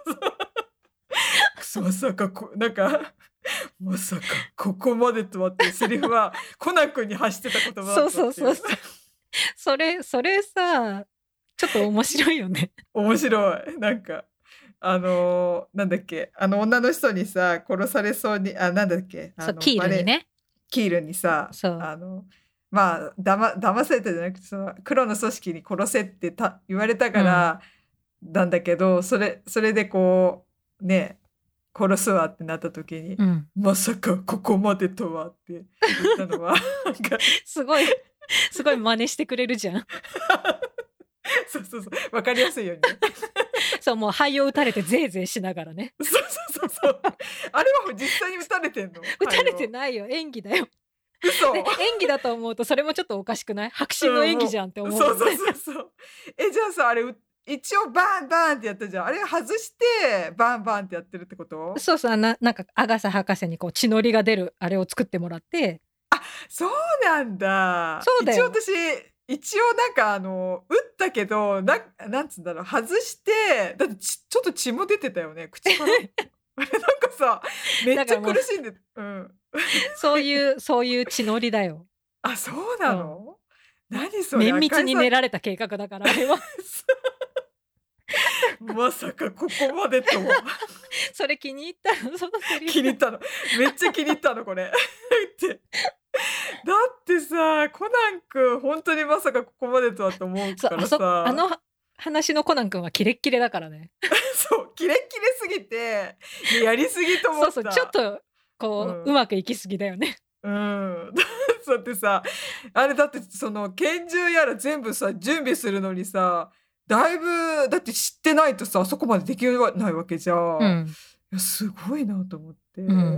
まさかなんかまさかここまでとはっていうセリフはコナン君に発してた言葉だったっていう。 そうそれさちょっと面白いよね。 面白い。なんかなんだっけ、女の人にさ殺されそうになんだっけ、 キールにね。 キールにさまあ騙されたじゃなくてその黒の組織に殺せって言われたからなんだけど、それでこうね殺すわってなった時に、まさかここまでとはって言ったのはなんかすごい真似してくれるじゃん。 そう分かりやすいようにね。 そうもう肺を打たれてゼーゼーしながらね。 そうあれは実際に打たれてんの？ 打たれてないよ、演技だよ。 嘘。 演技だと思うとそれもちょっとおかしくない？白真の演技じゃんって思う、ね。 そうじゃあさ、あれ一応バンバンってやったじゃん。あれ外してバンバンってやってるってこと？ そうなんかアガサ博士にこう血のりが出るあれを作ってもらって。 あ、そうなんだ。 そうだよ。 一応なんか打ったけどなんつうんだろう、外してだってちょっと血も出てたよね、口から。あれなんかさめっちゃ苦しんで、そういう血のりだよ。 あ、そうなの？何それ？ 綿密に練られた計画だからあれは。 まさかここまでとは。 それ気に入ったの？そのセリフ気に入ったの。めっちゃ気に入ったのこれ。ってだってさ、コナン君本当にまさかここまでとはと思うからさ。 あの話のコナン君はキレッキレだからね。 そうキレッキレすぎてやりすぎと思った。 ちょっとこう、うまくいきすぎだよね。 そうってさ、あれだってその拳銃やら全部さ準備するのにさ、だいぶだって知ってないとさあそこまでできないわけじゃん。いやすごいなと思って。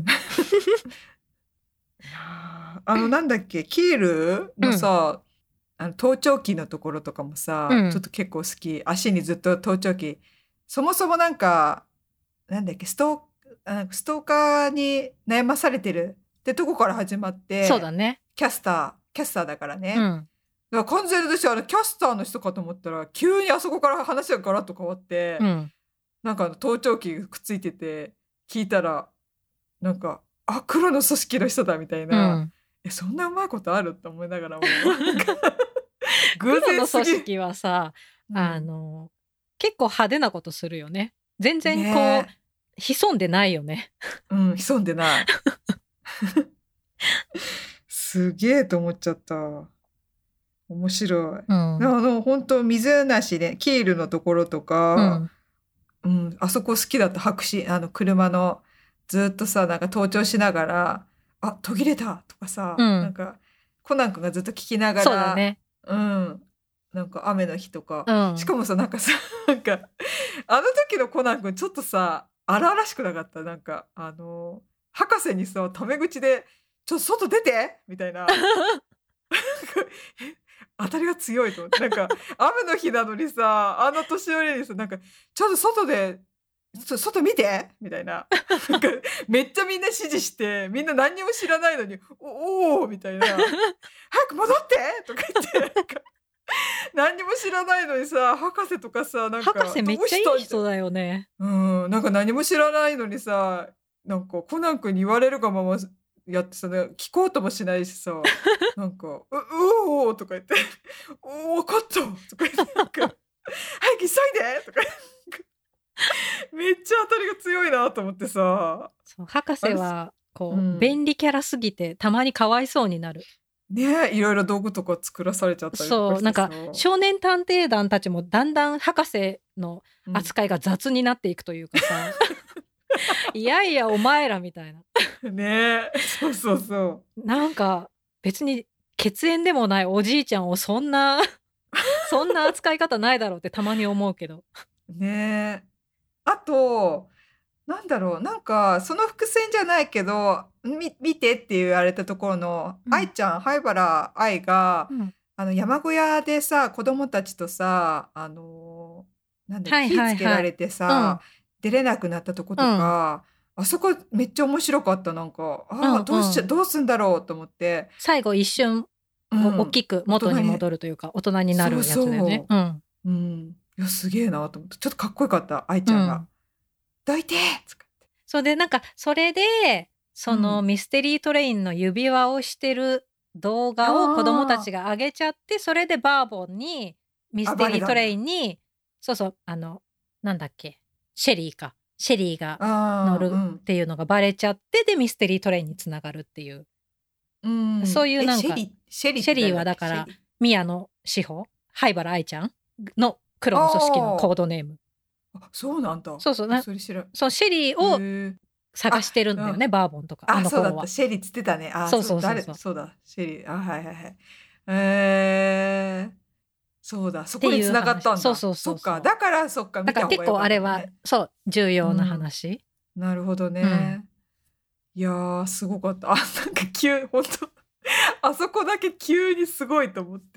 なんだっけ、キールのさ、盗聴器のところとかもさ、ちょっと結構好き。足にずっと盗聴器。そもそもなんだっけ、ストーカーに悩まされてるってとこから始まって。 そうだね。 キャスターだからね。だから完全に私キャスターの人かと思ったら急にあそこから話がガラッと変わって、なんか盗聴器くっついてて聞いたらなんか黒の組織の人だみたいな、そんなうまいことあるって思いながらも偶然すぎ。黒の組織はさ、結構派手なことするよね。全然こう、潜んでないよね。 潜んでない。すげえと思っちゃった。面白い。本当水なしでキールのところとか、あそこ好きだった。白紙車のずっとさなんか盗聴しながら途切れたとかさ、 うんコナン君がずっと聞きながそうだら、 ね。 雨の日とか、 うんしかもさ、あの時のコナン君ちょっとさ、荒々しくなかった。博士にさ、タメ口で、ちょっと外出てみたいな。当たりが強いと思って。雨の日なのにさ、あの年寄りにさ、ちょっと外見てみたいな。めっちゃみんな指示して、みんな何にも知らないのに、おおみたいな。早く戻ってとか言って、何にも知らないのにさ、博士とかさ、 博士めっちゃいいどうした人だよね。 何も知らないのにさ、コナン君に言われるがままやってさ、聞こうともしないしさ、おーとか言って、わかったとか言って、早く急いでとか言って、めっちゃ当たりが強いなと思ってさ。 そう博士はこう、 うん便利キャラすぎてたまにかわいそうになる。 ね、いろいろ道具とか作らされちゃったりとそうかしてさ。 少年探偵団たちもだんだん博士の扱いが雑になっていくというかさ、いやいやお前らみたいな。 ね、そうそうそ別に血縁でもないおじいちゃんをそんな扱い方ないだろうってたまに思うけど。 う。ね。あと、その伏線じゃないけど、見てって言われたところの、愛ちゃん、灰原愛が、山小屋でさ、子供たちとさ、火つけられてさ、出れなくなったとことか、あそこめっちゃ面白かった。どうすんだろうと思って。 最後一瞬、大きく元に戻るというか、大人になるやつだよね。 いや、すげえなと思って。ちょっとかっこよかった、愛ちゃんが。どいてそれで、そのミステリートレインの指輪をしてる動画を子供たちが上げちゃって、それでバーボンに、ミステリートレインに、なんだっけ、シェリーが乗るっていうのがバレちゃって、で、ミステリートレインにつながるっていう。そういうシェリーはだから、宮野志保、灰原愛ちゃんの黒の組織のコードネーム。 そうなんだ。 そうシェリーを探してるんだよね、バーボンとか。 そうだった。シェリーつってたね。そうだ。シェリー。はい。そうだ。そこに繋がったんだ。そっか。だから見た方がよかったね。 だから結構あれは、重要な話。 なるほどね。いやー、すごかった。本当あそこだけ急にすごいと思って。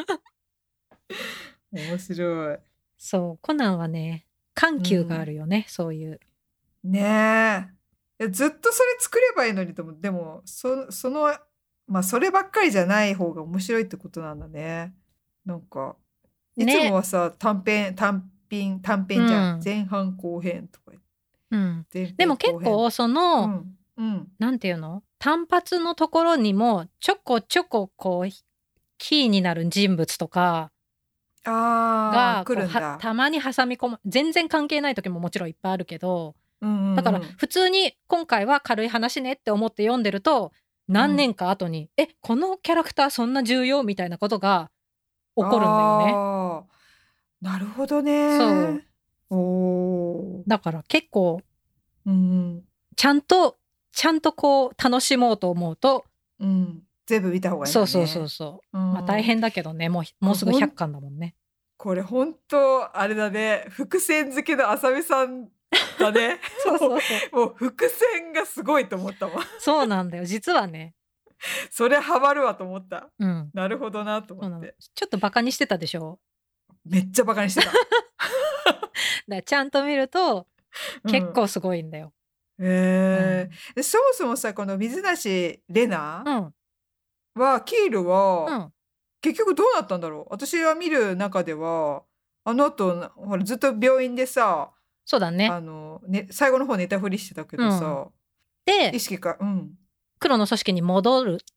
面白い。 そう、コナンはね、緩急があるよね、そういう。 ねえ。ずっとそれ作ればいいのにと思って、でも、そればっかりじゃない方が面白いってことなんだね。いつもはさ、短編じゃん。前半後編とか言って。でも結構なんていうの？単発のところにもちょこちょここうキーになる人物とかが来るんだ。 たまに挟み込む。全然関係ない時ももちろんいっぱいあるけど、だから普通に今回は軽い話ねって思って読んでると、何年か後にこのキャラクターそんな重要みたいなことが起こるんだよね。 なるほどね。 だから結構、ちゃんとこう楽しもうと思うと、 全部見た方がいいんだね。 そう。まあ大変だけどね、もうすぐ100巻だもんね。 これ本当あれだね、伏線付けのあさみさんだね。もう伏線がすごいと思ったもん。 そうなんだよ、実はね。 それハマるわと思った。なるほどなと思って。 ちょっとバカにしてたでしょ？ めっちゃバカにしてた。だからちゃんと見ると結構すごいんだよ。 そもそもさ、この水梨玲奈は、キールは、結局どうなったんだろう。私が見る中では、あの後、ほらずっと病院でさ、 そうだね。 最後の方寝たふりしてたけどさ、 で、 意識が、 黒の組織に戻って、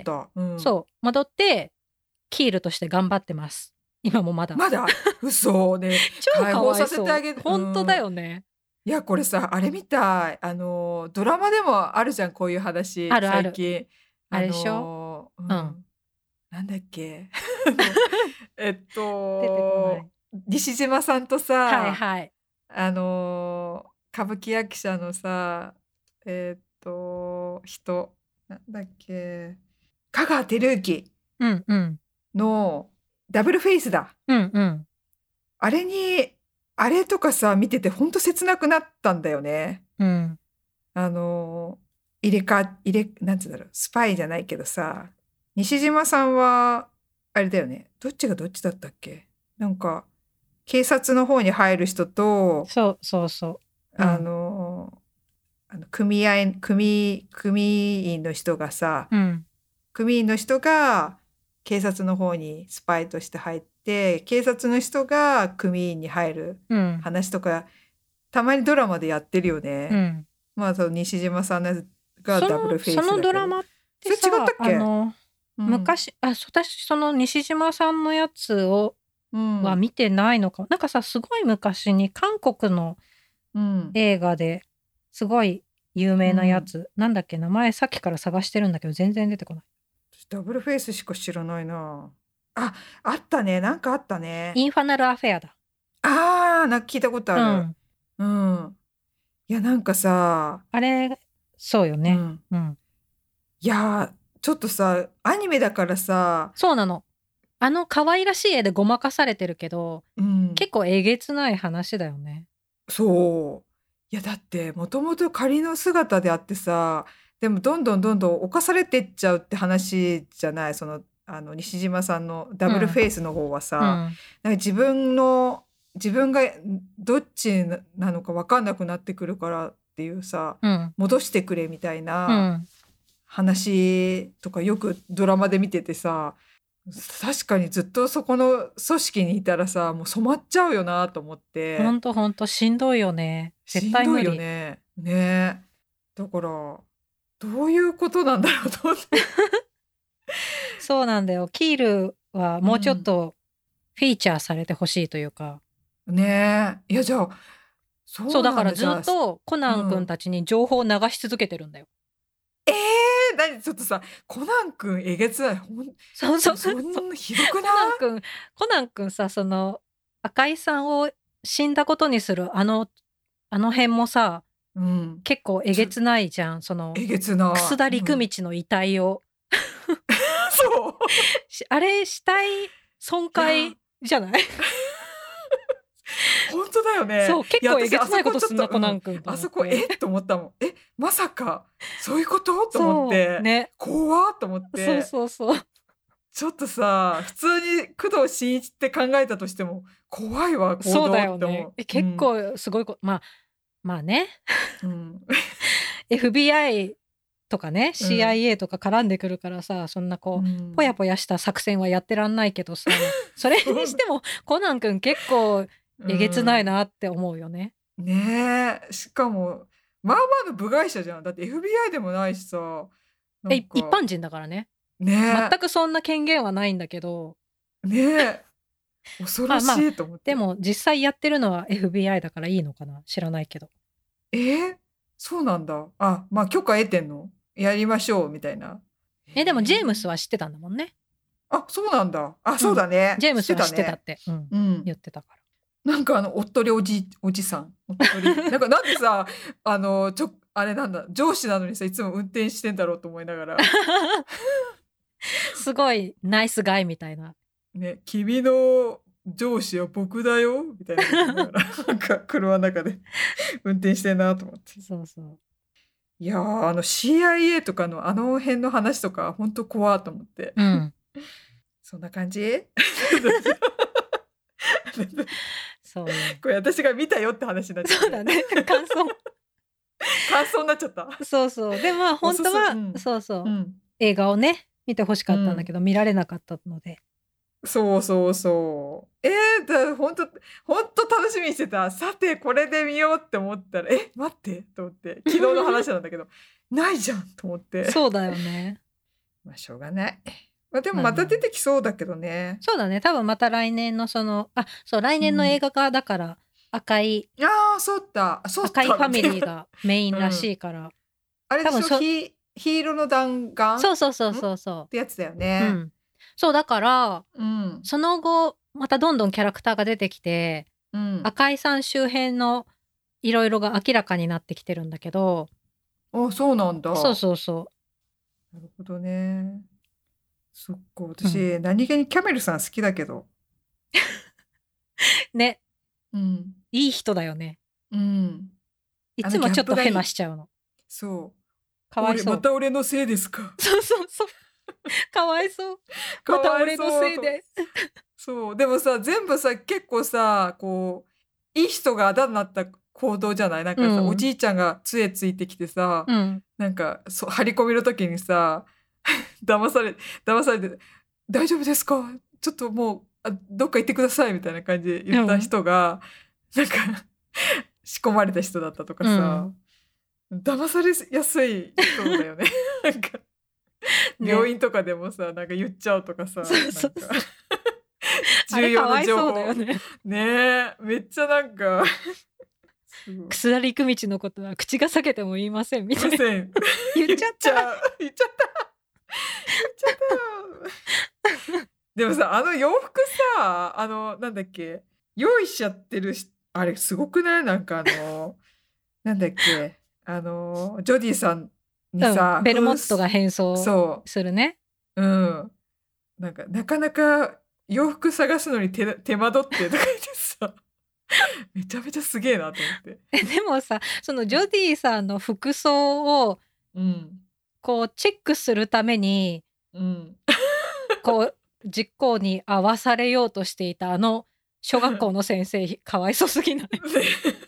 戻って、キールとして頑張ってます。今もまだ。 嘘ね。 超解放させてあげる。 本当だよね。 いや、これさ、あれみたい。ドラマでもあるじゃん、こういう話。最近。 あれでしょ？ なんだっけ。西島さんとさ、歌舞伎役者のさ、人、 なんだっけ、香川照之うんうんのダブルフェイスだ。 うんうん。 あれとかさ、見ててほんと切なくなったんだよね。 うん。 あの、なんつうんだろう、スパイじゃないけどさ、西島さんは、あれだよね。どっちがどっちだったっけ？なんか、警察の方に入る人と、 そうそうそう。うあん。 の、組員の人がさ、 うん。 組員の人が警察の方にスパイとして入って、警察の人が組員に入るうん。 話とか、たまにドラマでやってるよね。 うん。 まあ、その西島さんのやつがダブルフェイそのスだけど。 ドラマってそれ違ったさ、 っけ？うん。 昔、私その西島さんのやつうん。 は見てないのかも。なんかさ、すごい昔に韓国のうん。 映画ですごい有名なやうん。 つ。なんだっけ、名前さっきから探してるんだけど全然出てこない。 ダブルフェイスしか知らないな。あ、あったね。なんかあったね。 インファナルアフェアだ。 なんか聞いたことある。 うん。 うん。いや、なんかさ、 あれ、そうよね。 うん。 うん。 いや、ちょっとさ、アニメだからさ、 そうなの。可愛らしい絵でごまかされてるけど、 うん。 結構えげつない話だよね。 そう。いや、だって、もともと仮の姿であってさ、でもどんどんどんどん侵されてっちゃうって話じゃない、西島さんのダブルフうん。 ェイスの方はうさ、 ん。 なんか自分がどっちなのか分かんなくなってくるからっていうさ、 うん。 戻してくれみたいなうん。 話とかよくドラマで見ててさ、確かにずっとそこの組織にいたらさ、もう染まっちゃうよなと思っほて。 んとほんとしんどいよね。絶しんどいよ対無理。 ね。ね。だから、どういうことなんだろうと思って。 そうなんだよ。キールはもうちょっうん。 とフィーチャーされてほしいというか。 ねえ。いや、じゃあ、 そう、だからそうなんだ。じゃあ、 ずっとコナン君うん。 たちに情報を流し続けてるんだよ。 え何ちょっとさ、コナン君えげつない。 そうそうそう。 そんなひどくなコナン君、コナン君さ、赤井さんを死んだことにするあの辺もさ、 い？うん。 結構えげつないじゃん。 えげつな楠田い。うん。 陸道の遺体を。 そう。 あれ、死体損いや、 壊じゃない？ 本当だよね。 そう、結いや、私、 構えげつなあそいことすんな、 こちょっと、 コナン君とあそこ、 思って。 と思ったもん。まさか、そういうことと思っそう、 て、 ね。 怖っと思っそうて。 そうそう。 ちょっとさ、普通に工藤新一って考えたとしても、怖いわ、行そうだ動っよね。 て思う。う結ん。 構すごいまあね。 うん。 FBI とかね、 うん。 CIA とか絡んでくるからさ、そんなうぽやん。 ぽやした作戦はやってらんないけどさ、それそうなにしてもコナン君結構うえげつないん。 なって思うよね。 ねえ。しかも、まあまあの部外者じゃん。だって FBI でもないしさ、なんか、 一般人だからね。全ねくそんな権限はないんだけど、 え、ねえ、恐ろしまあまあ、 いと思って。 でも実際やってるのは FBI だからいいのかな、知らないけど。 えーそうなんだ。まあ許可得てんの？やりましょうみたいな。 でもジェームスええ。 は知ってたんだもんね。 そうなんだ。 うん。 そうだね。知ってジェームスは知ってたったね。 て、うん、 うん。 言ってたから。 なんかおっとりおじさん。おっとり。なんでさ、あれなんだ、上司なのにさ、いつも運転してんだろうと思いながら。 すごいナイスガイみたいな。 ね、君の上司は僕だよみたいなこと言いながら、なんか車の中で運転してんなと思って。 そうそう。 いやー、CIA とかのあの辺の話とか、ほんと怖と思って。 うん。 そんな感じ？ そうよ。 これ私が見たよって話になっちゃったね。 そうだね。感想。 感想になっちゃった。 そうそう。で、まあ、 おすすう本当は、 ん。 そうそう、 うん。 映画をね、見て欲しかったんだけうん。 ど、見られなかったので。 そうそうそう。ほんと楽しみにしてた。さて、これで見ようって思ったら、待ってと思って、昨日の話なんだけど、ないじゃんと思って。 そうだよね。 ま、しょうがない。でもまた出まあまあ。 てきそうだけどね。 そうだね、多分また来年のそう、来年の映うん。 画化だから、赤いそう赤いファミだって。 リーがメインらしうん。 いから、 あれでしょ、 多分ヒーローの弾丸？ そうそうそうっそうそてやつだよう。うね。 ん。そう、だから、 うん。 その後、またどんどんキャラクターが出てきて、 うん。 赤井さん周辺の色々が明らかになってきてるんだけど、 そうなんだ。 そうそうそう。 なるほどね。そっか、 うん。 私、何気にキャメルさん好きだけど。 ね、 うん。 いい人だよね。 うん。 いあのギャッつもちょっとヘプがいい。 マしちゃうの。 そう。 かわいそう。 また俺のせいですか。 そうそうそう。かわいそう。 かまたわい俺のそうと。 せいで。 そう。でもさ、全部さ、結構さ、こう、いい人があだになった行動じゃない？なんうかさ、おん。 じいちゃんが杖ついてきてさ、 うん。 なんか、張り込みの時にさ、騙され、騙されて、大丈夫ですか？ちょっともう、どっか行ってくださいみたいな感じでう言ったん。 人が、なんか、仕込まれた人だったとかうさ、 ん。 騙されやすい人だよね。なんか、病ね。 院とかでもさ、なんか言っちゃうとかそさ、 うなんか、 そうそう。あ重れか要な情わいそうだよ報。 ね。 ねえ、めっちゃなんか、すごい。 下り行く道のことは口が裂けても言いませんみたいな。 すいません。 言っちゃった。 言っちゃった。言っちゃった。でもさ、あの洋服さ、なんだっけ、用意しちゃってるあれすごくない？なんかなんだっけ、ジョディさんにうん。 さ、 ベルモットが変装そするね。 う、うん。なんか、なかなか洋服探すのに手間取ってとか言ってさ、めちゃめちゃすげえなと思って。 でもさ、そのジョディさんの服装をうん。 こうチェックするために、 うん。 こう実行に合わされようとしていたあの小学校の先生、かわいそうすぎない？もう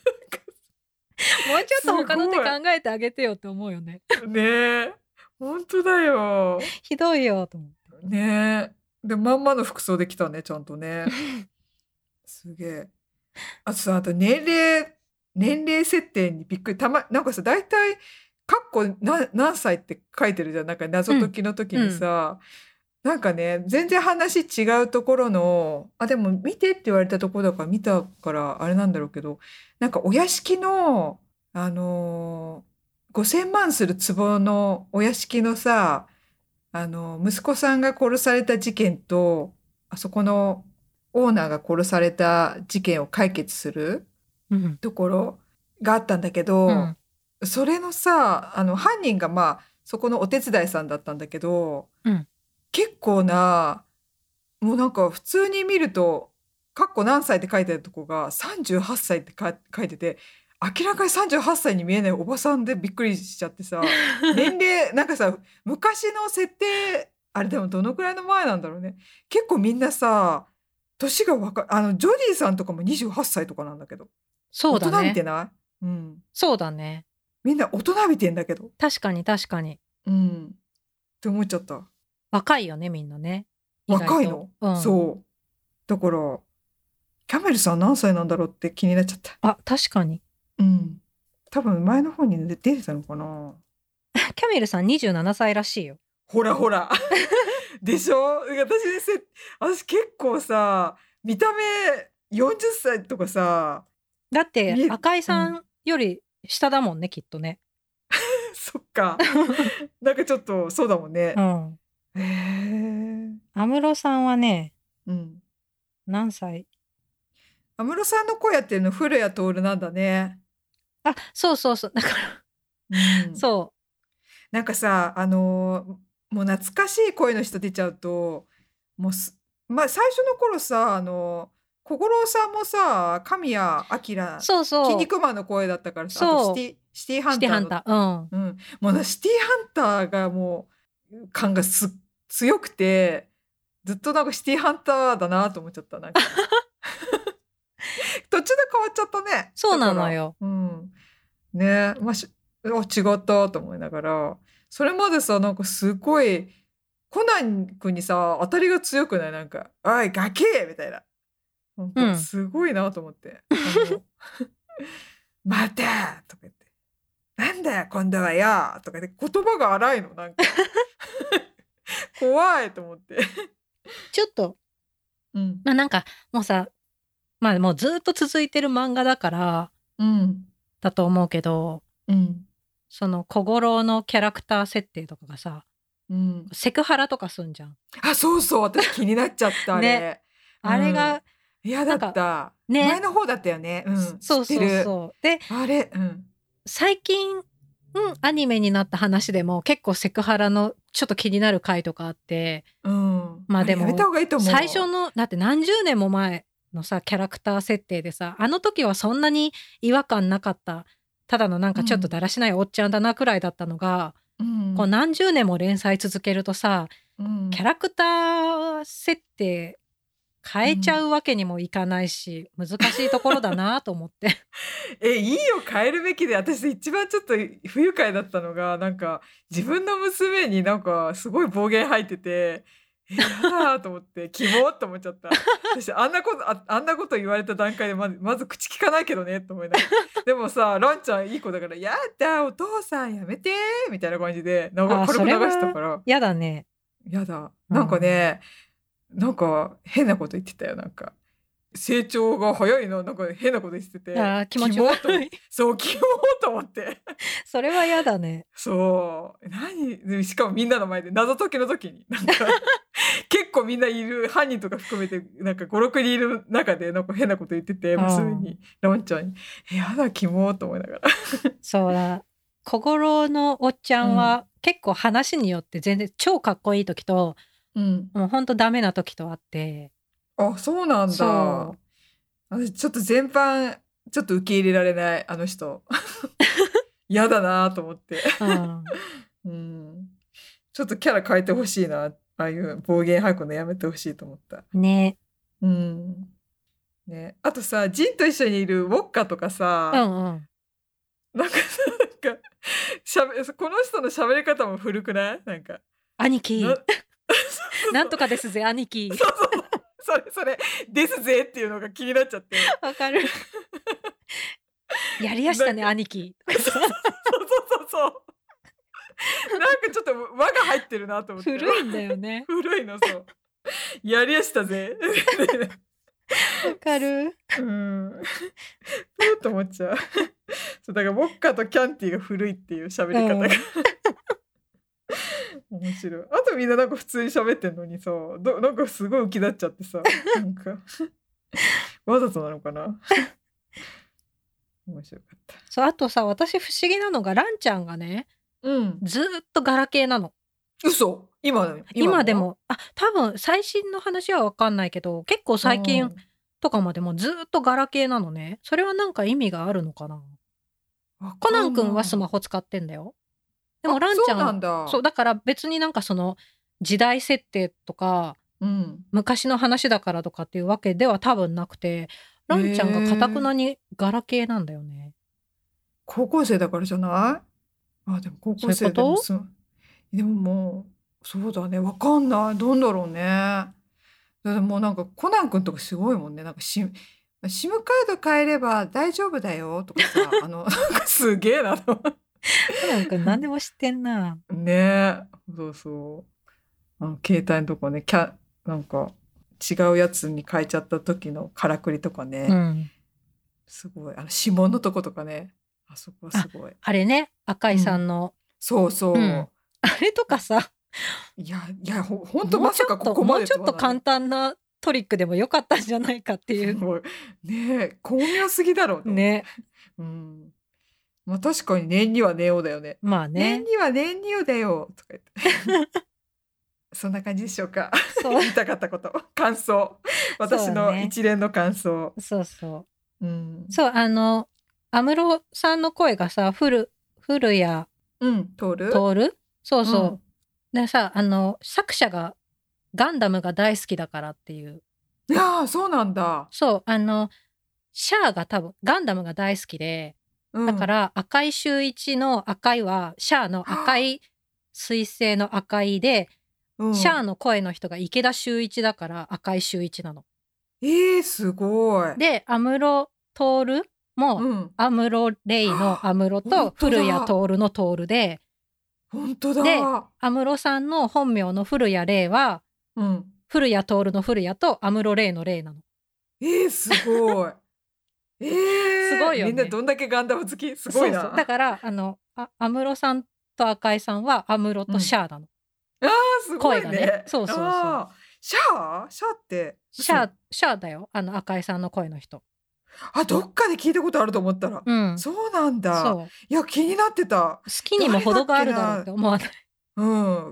ちょっと他の手考えてあげてよって思うよね。 ねえ、本当だよ。 ひどいよと思って。 ねえ。で、まんまの服装で来たね、ちゃんとね。すげえ。あとさ、あと年齢設定にびっくり。なんかさ、大体、何歳って書いてるじゃん。なんか謎解きの時にさ、なんかね、全然話違うところの、でも見てって言われたところだから見たからあれなんだろうけど、なんかお屋敷の、5000万する壺のお屋敷のさ、息子さんが殺された事件と、あそこのオーナーが殺された事件を解決するうん。 ところがあったんだけうど、 ん。 それのさ、犯人がまあ、そこのお手伝いさんだったんだけど、 うん。 結構な、もうなんか普通に見ると、かっこ何歳って書いてあるとこが38歳って書いてて、明らかに38歳に見えないおばさんでびっくりしちゃってさ、年齢、なんかさ、昔の設定、あれでもどのくらいの前なんだろうね。結構みんなさ、年がジョディさんとかも28歳とかなんだけど。 そうだ大人びてね。 ない？うん。 そうだね。 みんな大人びてんだけど。 確かに確かに。 うん。って思っちゃった。 若いよね、みんなね。意外と。 若いの。 うん。 そう。だから、キャメルさん何歳なんだろうって気になっちゃった。 あ、確かに。 うん。多分前の方に出てたのかな。 キャメルさん27歳らしいよ。 ほらほら。でしょ？私結構さ、見た目40歳とかさ、 だって赤井さうん。 んより下だもんね、きっとね。 そっか。なんかちょっとそうだもんうね。 ん。 へえ。 安室さんはね、 うん。 何歳？ 安室さんの声やってるの古谷徹なんだね。 あ、そうそうそう。だからうん。 そなんかさ、もう懐かしい声の人出ちゃうと、もうまあ最初の頃さ、小五郎さんもさ、神谷う。 明、 そう筋そう。 肉マンの声だったからさ、あとそう。 シティハシンターの、 ティハンター。うん。 うん、もうシティハンターがもう、感が強くて、ずっとなんかシティハンターだなと思っちゃった、なんか。途中で変わっちゃったね。 そうなだから、 のよ。 うん。ね、違ったと思いながら、それまでさ、なんかすごい、コナン君にさ、当たりが強くない？なんか、おい、ガキみたいな。なんか、 うん。 すごいなと思って。待てとか言って、なんだよ、今度はよとか言って、言葉が荒いの、なんか。怖いと思って。 ちょっと、 うん。 なんかもうさ、まあもうずっと続いてる漫画だからうん。 だと思うけど、 うん。 その小五郎のキャラクター設定とかがさ、 うん。 セクハラとかすんじゃん。 そうそう、私気になっちゃった、あね。 れ。 あれが、 嫌だなんか、 った。前ね。 の方だったよね。うん、知そうそうってる。 そう。で、 あれ、うん。 最近アニメになった話でも結構セクハラのちょっと気になる回とかあって、まあでもやめた方がいいと思う。 最初のだって何十年も前のさキャラクター設定でさ、あの時はそんなに違和感なかった、ただのなんかちょっとだらしないおっちゃんだなくらいだったのが、こう何十年も連載続けるとさ、キャラクター設定変えちゃうわけにもいかないし、難しいところだなと思って。 いいよ、変えるべきで。私一番ちょっと不愉快だったのが、なんか自分の娘になんかすごい暴言吐いてて、やだと思って、キモって思っちゃった。私あんなこと言われた段階でまず口聞かないけどねと思いながら。でもさ、ランちゃんいい子だから、やだお父さんやめてみたいな感じで軽く流したから。 やだね。 やだ。なんかね、なんか変なこと言ってたよ。なんか成長が早いな、なんか変なこと言ってて、 気持ち悪い。 そう、キモと思って。 それはやだね。 そう、しかもみんなの前で謎解きの時になんか結構みんないる、犯人とか含めてなんか5、6人いる中でなんか変なこと言ってて、娘に、ランちゃんに、やだキモと思いながら。 そうだ。小五郎のおっちゃんは、結構話によって全然超かっこいい時と、もうほんとダメな時とあって。 あ、そうなんだ。私ちょっと全般ちょっと受け入れられない、あの人。嫌だなと思って。ちょっとキャラ変えてほしいな。ああいう暴言吐くのやめてほしいと思った。 ね。 ね。あとさ、ジンと一緒にいるウォッカとかさ、なんかこの人の喋り方も古くない？なんか兄貴なんとかですぜ兄貴。 それですぜっていうのが気になっちゃって。 わかる。やりやしたね兄貴。 そうなんかちょっと輪が入ってるなと思って。 古いんだよね。 古いの、そう。やりやしたぜ。 わかる。 と思っちゃう。そうだからウォッカとキャンティが古いっていう喋り方が。面白い。あとみんななんか普通に喋ってんのにさ、なんかすごい浮き立っちゃってさ、なんかわざとなのかな。面白かった。 そう、あとさ、私不思議なのがランちゃんがね、ずっとガラケーなの。 嘘？今でも多分最新の話は分かんないけど、結構最近とかまでもずっとガラケーなのね。それはなんか意味があるのかな。コナン君はスマホ使ってんだよ。でもランちゃん、そうだから別になんかその時代設定とか、昔の話だからとかっていうわけでは多分なくて、ランちゃんが堅くなにガラケーなんだよね。 高校生だからじゃない？でも高校生でももうそうだね、わかんない、どんだろうね。でもなんかコナン君とかすごいもんね。なんかSIMカード変えれば大丈夫だよとかさ、なんかすげえなと。 コナン君何でも知ってんな。 ね、そう。携帯のとこね、なんか違うやつに変えちゃった時のからくりとかね。すごい。指紋のとことかね。あそこはすごい。 あれね、赤井さんの。 そう。 あれとかさ。 いや、ほんとまさかここまでもうちょっと簡単なトリックでもよかったんじゃないかっていう。 ね、巧妙すぎだろうと。 ね。 まあ確かに念には念をだよね。 まあね。 念には念にをだよとか言って。そんな感じでしょうか。言いたかったこと、感想。私の一連の感想。 そう。そう、安室さんの声がさ、古谷徹？そう。でさ、作者がガンダムが大好きだからっていう。 いやー、そうなんだ。 そう、シャアが多分ガンダムが大好きで、だから赤井秀一の赤いはシャアの赤い彗星の赤いで、シャアの声の人が池田秀一だから赤井秀一なの。 すごい。 で、安室徹も安室レイの安室と古谷徹の徹で、 本当だ。 で、安室さんの本名の古谷レイは、古谷徹の古谷と安室レイのレイなの。 すごい。 すごいよね。 みんなどんだけガンダム好き？すごいな。 そうだから安室さんと赤井さんは安室とシャアなの。 すごいね。声がね。 そう。シャアってシャアだよ。赤井さんの声の人。 どっかで聞いたことあると思ったら。 うん。 そうなんだ。 そう。 いや、気になってた。 好きにも程があるだろうって思わない。 うん。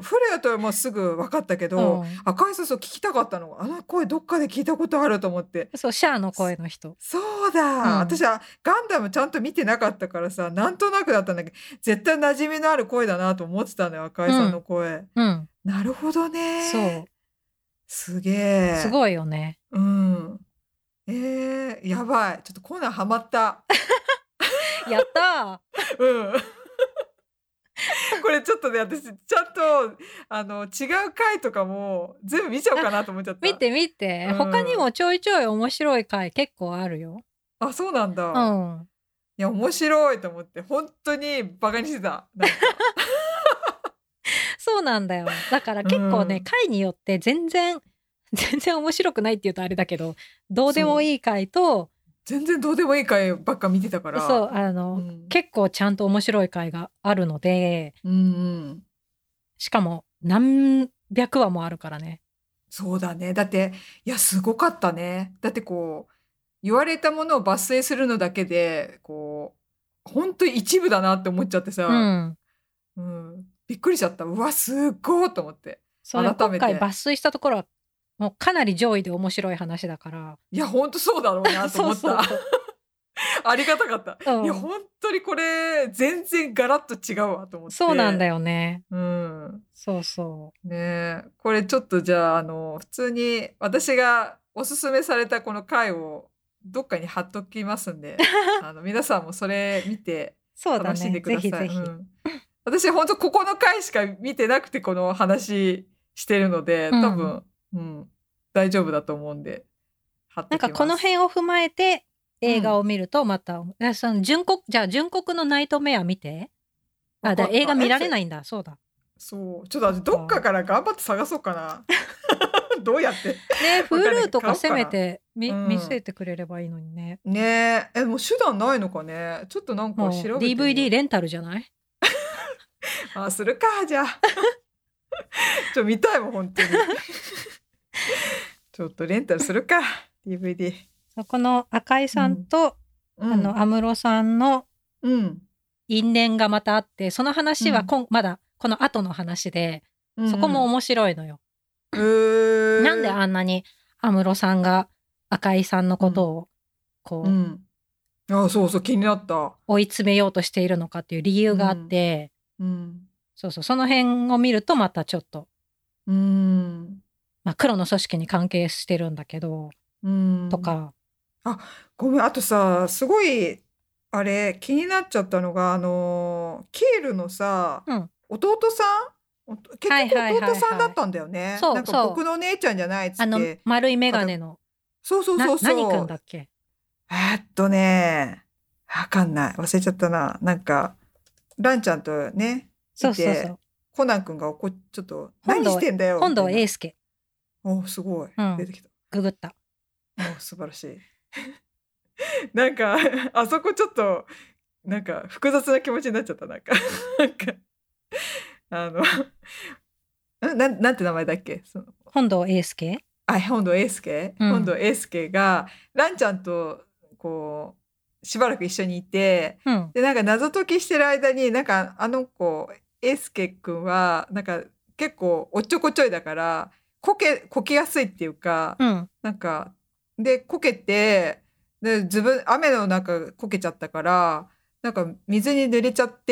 古谷とはもうすぐ分かったけど、赤いそう聞きたかったの。あの声どっかで聞いたことあると思って。 そう、シャアの声の人。 そうだ。私はガンダムちゃんと見てなかったからさ、なんとなくだったんだけど、絶対馴染みのある声だなと思ってたのよ、赤井さんの声。なるほどね。 そう。 すげえ。 すごいよね。 うん。やばい。ちょっとコナンハマった。 やったー。うん。これちょっとね、私ちゃんと違う回とかも全部見ちゃおうかなと思っちゃった。 見て見て、他にもちょいちょい面白い回結構あるよ。 あ、そうなんだ。いや、面白いと思って、本当にバカにしてた。 そうなんだよ。だから結構ね、回によって全然面白くないって言うとあれだけど、どうでもいい回と、 全然どうでもいい回ばっか見てたから。 そう、結構ちゃんと面白い回があるので、しかも何百話もあるからね。 そうだね。だって、いや、すごかったね。だって言われたものを抜粋するのだけで、本当に一部だなって思っちゃってさ、びっくりしちゃった。うわ、すごいと思って。 改めて。今回抜粋したところは、もうかなり上位で面白い話だから。 いや、本当そうだろうなと思った。ありがたかった。いや、本当にこれ、全然ガラッと違うわと思って。 そうなんだよね。そうそう。ねこれちょっとじゃあ、普通に私がおすすめされたこの回をどっかに貼っときますんで、皆さんもそれ見て楽しんでください。 ぜひぜひ。 私本当ここの回しか見てなくてこの話してるので、多分、大丈夫だと思うんで、貼っときます。 なんかこの辺を踏まえて映画を見るとまた、その純国のナイトメア見て。映画見られないんだ。そうだ。 そう。ちょっとどっかから頑張って探そうかな。どうやって。 ね、Hulu とかせめて見せてくれればいいのにね。 ねもう手段ないのかね。ちょっとなんか調べてみよう。 DVD レンタルじゃない？ するか、じゃあ。見たいもん、本当に。ちょっとレンタルするか、DVD。 この赤井さんと、安室さんの因縁がまたあって、その話はまだこの後の話で、そこも面白いのよ。なんであんなに安室さんが赤井さんのことをそうそう気になった。 追い詰めようとしているのかっていう理由があって、そうそう、その辺を見るとまたちょっと、黒の組織に関係してるんだけど、とか。 ごめん、あとさ、すごいあれ気になっちゃったのがキールのさ、弟さん結局弟さんだったんだよね。なんか僕の姉ちゃんじゃないっつって。 丸い眼鏡の。 そう。 何くんだっけ？ わかんない。忘れちゃったな。なんか、ランちゃんとね、いて、コナンくんがちょっと、何してんだよ。 今度はエースケ。 すごい。出てきた。 ググった。 素晴らしい。なんか、あそこちょっと、なんか複雑な気持ちになっちゃった。なんかなんて名前だっけ？ 本堂英介？ 本堂英介？本堂英介がランちゃんとしばらく一緒にいて、でなんか謎解きしてる間になんか英介くんはなんか結構おっちょこちょいだからこけやすいっていうか、なんかでこけてで雨の中こけちゃったからなんか水に濡れちゃって。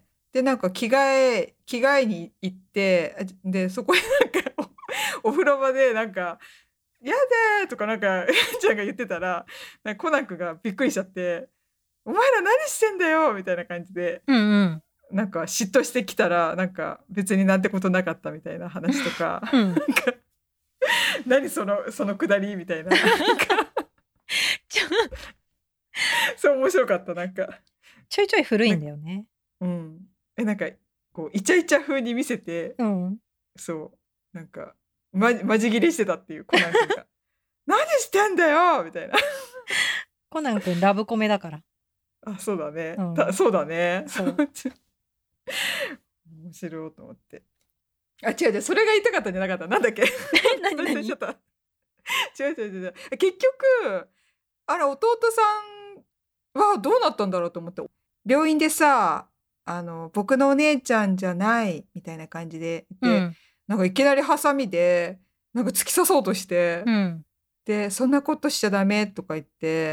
でなんか着替えに行ってでそこになんかお風呂場でなんか「やだ!」とかなんかちゃんが言ってたらなんかコナン君がびっくりしちゃって「お前ら何してんだよ!」みたいな感じで、なんか嫉妬してきたらなんか別になんてことなかったみたいな話とか、なんか何そのくだりみたいなそう面白かった。なんかちょいちょい古いんだよね。 なんかイチャイチャ風に見せて、そうなんかマジ切れしてたっていうコナン君が何してんだよみたいなコナン君ラブコメだから。 そうだね、そうだね。面白いと思って。違うそれが言いたかったんじゃなかった。なんだっけ？何しちゃった。違う結局あれ弟さんはどうなったんだろうと思って、病院でさ、僕のお姉ちゃんじゃないみたいな感じでうで、 んなんかいきなりハサミでなんか突き刺そうとして、 うんでそんなことしちゃダメとか言って、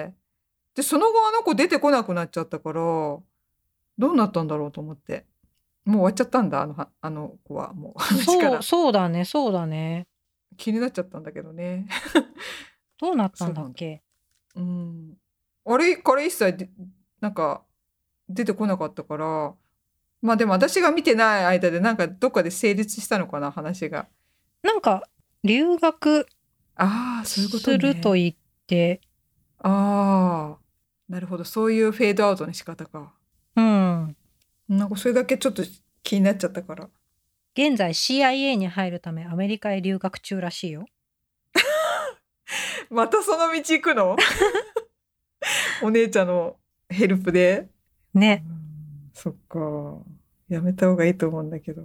でその後あの子出てこなくなっちゃったから、どうなったんだろうと思って、もう終わっちゃったんだ、あの子はもう話からそうだねそうだね。 気になっちゃったんだけどね。 どうなったそうなんだ。 んだっけ。 あれから一切なんか出てこなかったから、まあでも私が見てない間でなんかどっかで成立したのかな、話が。 なんか留学ああ、そういうことするとね。 言って、 ああ、なるほど。そういうフェードアウトの仕方か。 うんなんかそれだけちょっと気になっちゃったから。 現在 CIA に入るためアメリカへ留学中らしいよ。 またその道行くの？お姉ちゃんのヘルプで。 ね。 そっか。やめた方がいいと思うんだけど。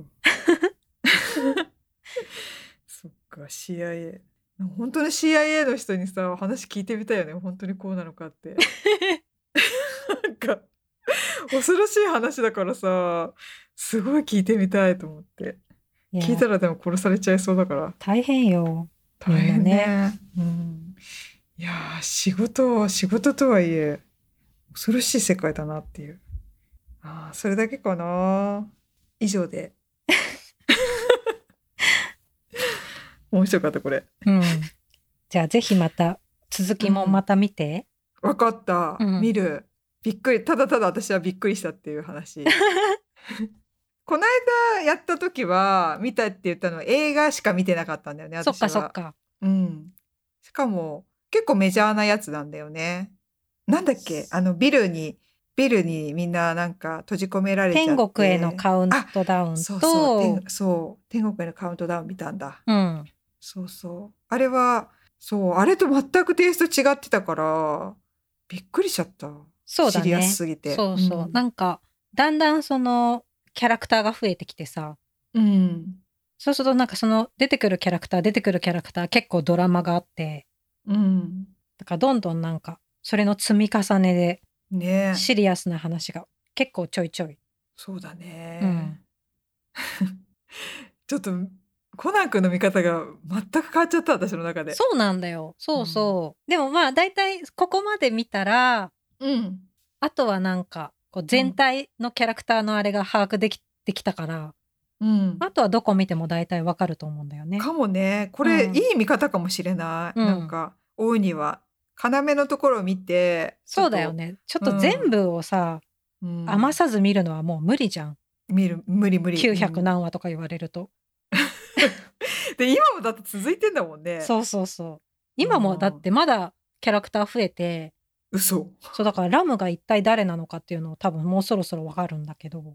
そっか、CIA。本当に CIA の人にさ、話聞いてみたいよね。本当にこうなのかって。なんか、恐ろしい話だからさ、すごい聞いてみたいと思って。 いや聞いたらでも殺されちゃいそうだから。 大変よ。 大変みんなね。いやー、仕事とはいえ、恐ろしい世界だなっていう。それだけかな。以上で。面白かった、これ。 じゃあぜひまた続きもまた見て。 わかった。見る。びっくり。ただただ私はびっくりしたっていう話。この間やった時は見たって言ったのは映画しか見てなかったんだよね、私は。 そっか。 しかも結構メジャーなやつなんだよね。なんだっけ、ビルにみんななんか閉じ込められちゃって。 天国へのカウントダウンと。 そう天国へのカウントダウン見たんだ。そうあれはあれと全くテイスト違ってたからびっくりしちゃった。 そうだね。 シリアスすぎて。 なんかだんだんそのキャラクターが増えてきてさ、そうするとなんかその出てくるキャラクター結構ドラマがあって、だからどんどんなんかそれの積み重ねでね、 シリアスな話が結構ちょいちょい。 そうだね。ちょっとコナン君の見方が全く変わっちゃった、私の中で。 そうなんだよ。でもまあだいたいここまで見たら、あとはなんかこう全体のキャラクターのあれが把握できてきたから、あとはどこ見てもだいたいわかると思うんだよね。 かもね。これ、いい見方かもしれない。なんか大には要のところを見て。 そうだよね。ちょっと全部をさ、余さず見るのはもう無理じゃん。 無理。 900何話とか言われると。 で今もだって続いてんだもんね。 そう今もだってまだキャラクター増えて。 そうだからラムが一体誰なのかっていうのを多分もうそろそろわかるんだけど。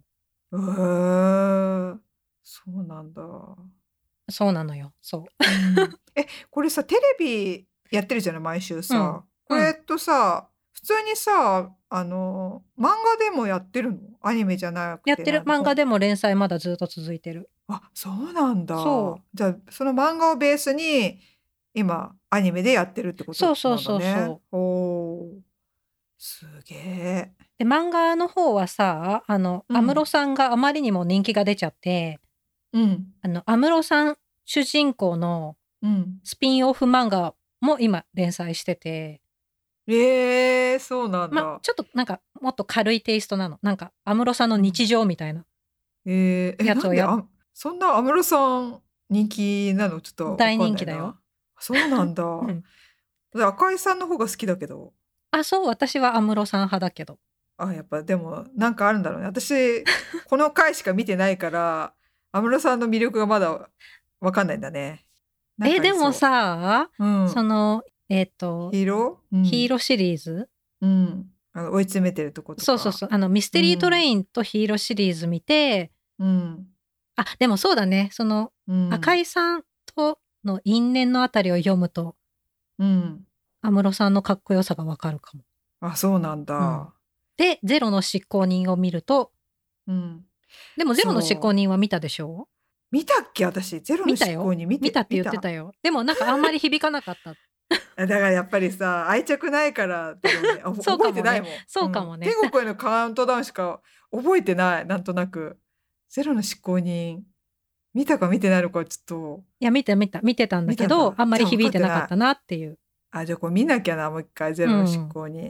そうなんだ。 そうなのよ。 これさテレビやってるじゃない、毎週さ。これとさ、普通にさ漫画でもやってるの？アニメじゃなくて。 やってる。漫画でも連載まだずっと続いてる。 そうなんだ。じゃあその漫画をベースに今アニメでやってるってことなんだね。すげえ。 で漫画の方はさ、安室さんがあまりにも人気が出ちゃって、安室さん主人公のスピンオフ漫画も今連載してて。 そうなんだ。 ちょっとなんかもっと軽いテイストなの。なんか安室さんの日常みたいなやつをそんな安室さん人気なの？ちょっと分かんないな。 大人気だよ。 そうなんだ。赤井さんの方が好きだけど。 私は安室さん派だけど。 やっぱでもなんかあるんだろうね。私この回しか見てないから安室さんの魅力がまだ分かんないんだね。 でもさ、そのヒーローシリーズ、 追い詰めてるとことか。 ミステリートレインとヒーローシリーズ見て、でもそうだね、その、赤井さんとの因縁のあたりを読むと、安室さんのかっこよさがわかるかも。 そうなんだ。 でゼロの執行人を見ると、でもゼロの執行人は見たでしょ？ 見たっけ？私ゼロの執行人見たって言ってたよ。でもなんかあんまり響かなかった。 だからやっぱりさ、愛着ないからだろうね。 そうかもね覚えてないもん。 そうかもね天国へのカウントダウンしか覚えてない。なんとなく。ゼロの執行人。見たか見てないのかちょっと。 いや見てたんだけ見たんだどあんまりじゃあ響いてなかったなっていう。 じゃあこれ見なきゃな、もう一回。ゼロの執行人。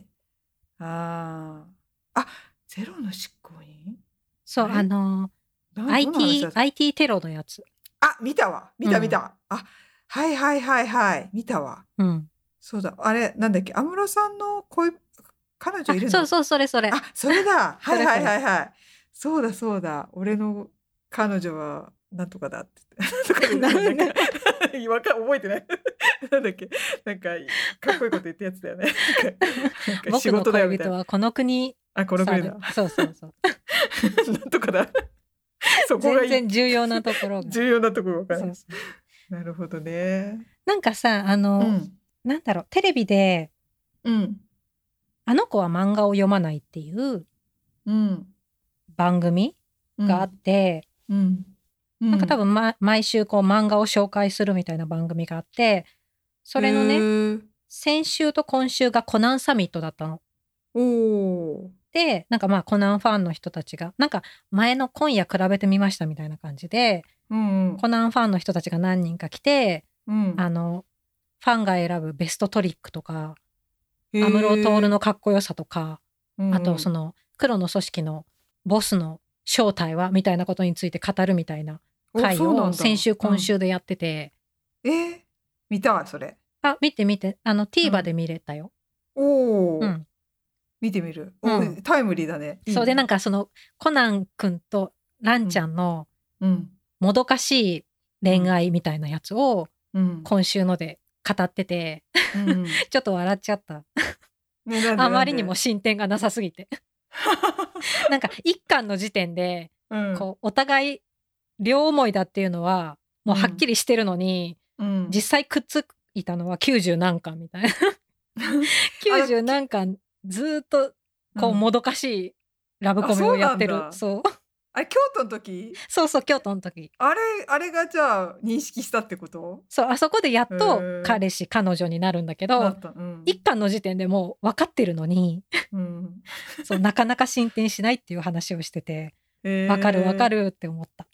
ゼロの執行人そうあれどんな話だった IT テロのやつ。 見たわ。見た見た。はいはいはいはい。見たわ。 うん。 そうだ。あれ、なんだっけ。安室さんの彼女いるのそうそうそれ。 それだ。 それはいはいはいはい。そうだそうだ。俺の彼女はなんとかだって言って。なんとかでなんか覚えてない。なんだっけ。なんかかっこいいこと言ったやつだよね。なんか仕僕の事だよみたいな。 恋人はこの国この国だ。 そうそうそうなんとかだ。そこが全然重要なところが重要なところが分からない。 そうなるほどね。 なんかさなんだろうテレビであの子は漫画を読まないっていう番組があって、なんか多分、毎週こう漫画を紹介するみたいな番組があってそれのね先週と今週がコナンサミットだったの。でなんかまあコナンファンの人たちがなんか前の今夜比べてみましたみたいな感じで、コナンファンの人たちが何人か来て、ファンが選ぶベストトリックとか安室透のかっこよさとか、あとその黒の組織のボスの正体はみたいなことについて語るみたいな回を先週今週でやってて、 見たわそれ。 見てTVer で見れたよ。 見てみる。タイムリーだね。 そうでなんかそのコナン君とランちゃんのもどかしい恋愛みたいなやつを今週ので語ってて、ちょっと笑っちゃった。あまりにも進展がなさすぎてなんか一巻の時点で、こうお互い両思いだっていうのはもうはっきりしてるのに、実際くっついたのは90何巻みたいな90何巻ずっとこうもどかしいラブコメをやってる。そうあれ京都の時？ そう京都の時。 あれがじゃあ認識したってこと？ そうあそこでやっと彼氏彼女になるんだけど、一巻の時点でもう分かってるのにそうなかなか進展しないっていう話をしてて、分かるって思った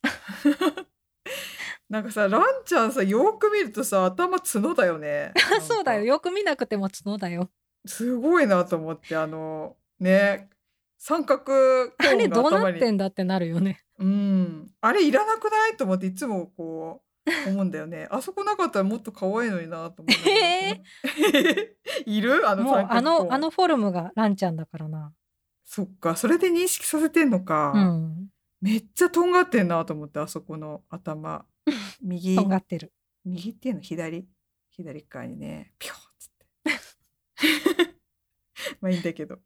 なんかさランちゃんさよく見るとさ頭角だよねそうだよ、よく見なくても角だよ。 すごいなと思ってね三角コーンが頭にあれどうなってんだってなるよね。 あれいらなくないと思っていつもこう思うんだよね。あそこなかったらもっと可愛いのになと思っているもうあのフォルムがランちゃんだからな。 そっかそれで認識させてんのか、めっちゃとんがってんなと思ってあそこの頭右とんがってる。 右っていうの左側にねピョーっつってまあいいんだけど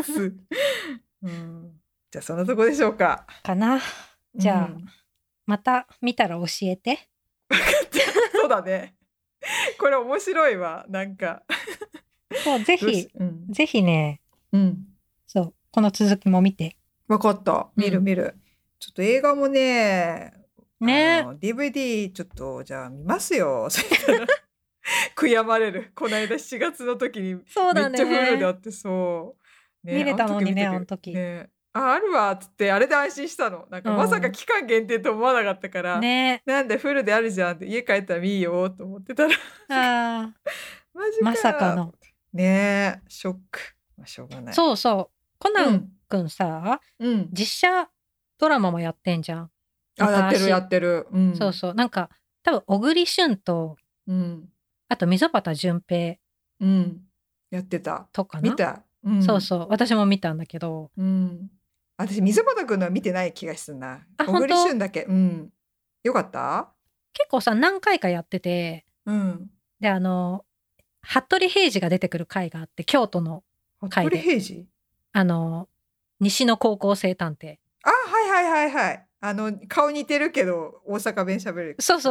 じゃあそんなとこでしょうかな。じゃあ、また見たら教えて。 そうだねこれ面白いわなんかそうぜひね、そうこの続きも見て。 わかった、見るちょっと映画もねDVD ちょっとじゃあ見ますよ悔やまれる。この間7月の時にめっちゃフルであって見れたのにねあの時あるわっつってあれで安心したの。なんかまさか期間限定と思わなかったから、なんでフルであるじゃんって家帰ったら見いよと思ってたらマジかまさかのねショック。しょうがない。 そうコナンくんさ、実写ドラマもやってんじゃん。 やってる、 そうなんか多分小栗旬と、あと溝端淳平やってたとかな。 見た、 そう私も見たんだけど、 私溝端くんのは見てない気がするな。小栗旬だけ。よかった？ 結構さ何回かやってて、で服部平次が出てくる回があって京都の回で。 服部平次？ 西の高校生探偵。 はい顔似てるけど大阪弁喋る、 そう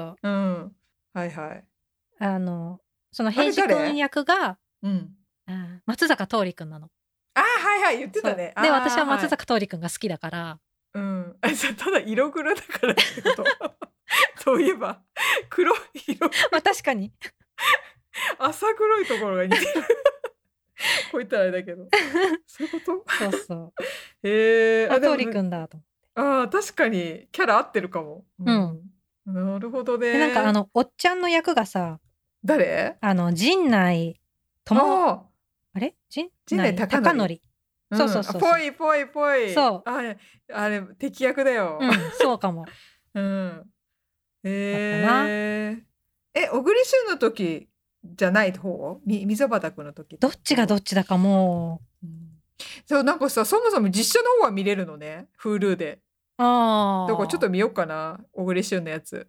その平次くん役が松坂桃李くんなの。 言ってたね。 で私は松坂桃李くんが好きだから、 ただ色黒だからってことそういえば黒色まあ確かに浅黒いところが似てる。こう言ったらあれだけど。そういうこと？ そうそう。 へえ。 あ、トーリでもね、 くんだと。 確かにキャラ合ってるかも。 うん。 なるほどで、なんかね。 おっちゃんの役がさ、 誰？ 陣内ああれ陣陣内内孝則。 孝則。そうそうそうそう。 ぽいぽいぽい。 そう。 あれ敵役だよ。 そうかも。 うん。 だったな。 小栗旬の時じゃない方？溝端くんの時。 どっちがどっちだかもう。 そう、なんかさ、そもそも実写の方は見れるのね、Hulu で。 あだからちょっとあ。 見ようかな、小栗旬のやつ。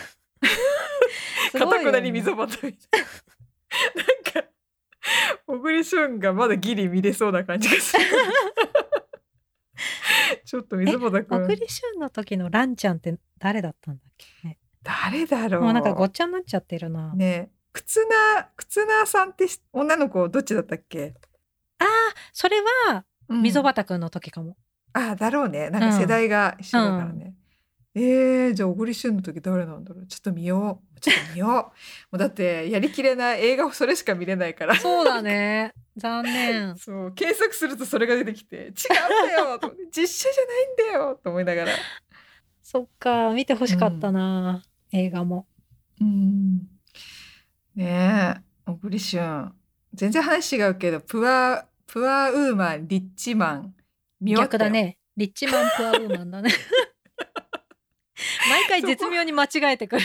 すかたくなごいよね。 に溝端みたいな。なんか、小栗旬がまだギリ見れそうな感じがする。ちょっと溝端く小ん。 栗旬の時のランちゃんって誰だったんだっけね。 誰だろう。 もうなんかごっちゃになっちゃってるな。 ね、忽那さんって女の子どっちだったっけ？ ああ、それは溝端くんの時かも。 だろうね。なんか世代が一緒だからね。じゃあ小栗旬の時誰なんだろう。ちょっと見よう。もうだってやりきれない映画をそれしか見れないから。 そうだね。残念。 そう検索するとそれが出てきて違うんだよと実写じゃないんだよと思いながら。 そっか、見てほしかったな、映画も。 ねえ、小栗旬全然話違うけど、プアウーマン、リッチマン見終わったよ。 逆だね。リッチマンプアウーマンだね。毎回絶妙に間違えてくる。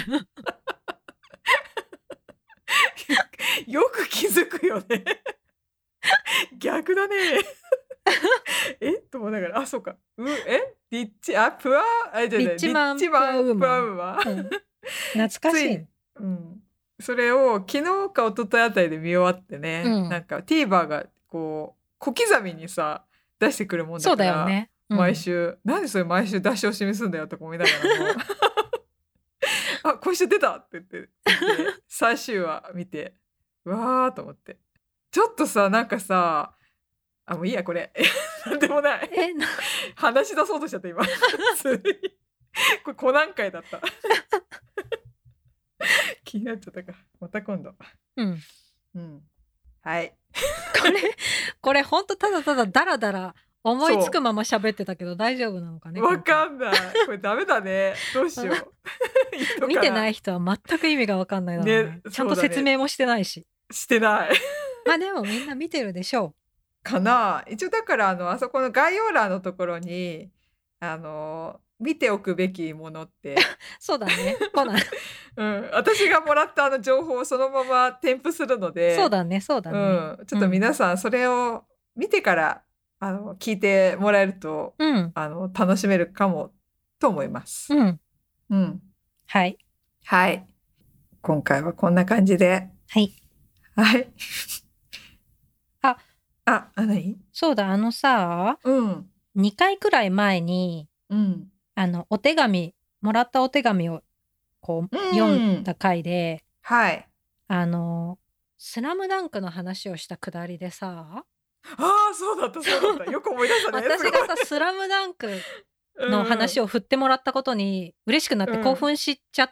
よく気づくよね。逆だね。と思いながら、そうか。リッチ、プア、じゃない、 リッチマンプアウーマン。 懐かしい。 それを昨日か一昨日あたりで見終わってね、なんか TVer がこう小刻みにさ出してくるもんだから、 そうだよね。 毎週何それ毎週出し惜しみすんだよとか思いながらも今週出たって言って最終話見てわーと思って、ちょっとさなんかさもういいやこれなんでもない話し出そうとしちゃった今これコナン会だった気になっちゃったからまた今度。はい。 これほんとただただダラダラ思いつくまま喋ってたけど大丈夫なのかね。 わかんない。これダメだね。どうしよう。 見てない人は全く意味がわかんないだろうね。ちゃんと説明もしてないし。 してない。 まあでもみんな見てるでしょう。かな。一応だからあそこの概要欄のところに見ておくべきものってそうだね。コナン。 私がもらった情報をそのまま添付するので、 そうだねそうだね。 ちょっと皆さんそれを見てから聞いてもらえると、楽しめるかもと思います。はい。はい。今回はこんな感じで。 はい。 はい。何？ そうださ、2回くらい前に、お手紙もらったお手紙をこう読んだ回で、 はい。 スラムダンクの話をしたくだりでさ、 そうだったよく思い出したね。 私がさスラムダンクの話を振ってもらったことに嬉しくなって興奮しちゃって、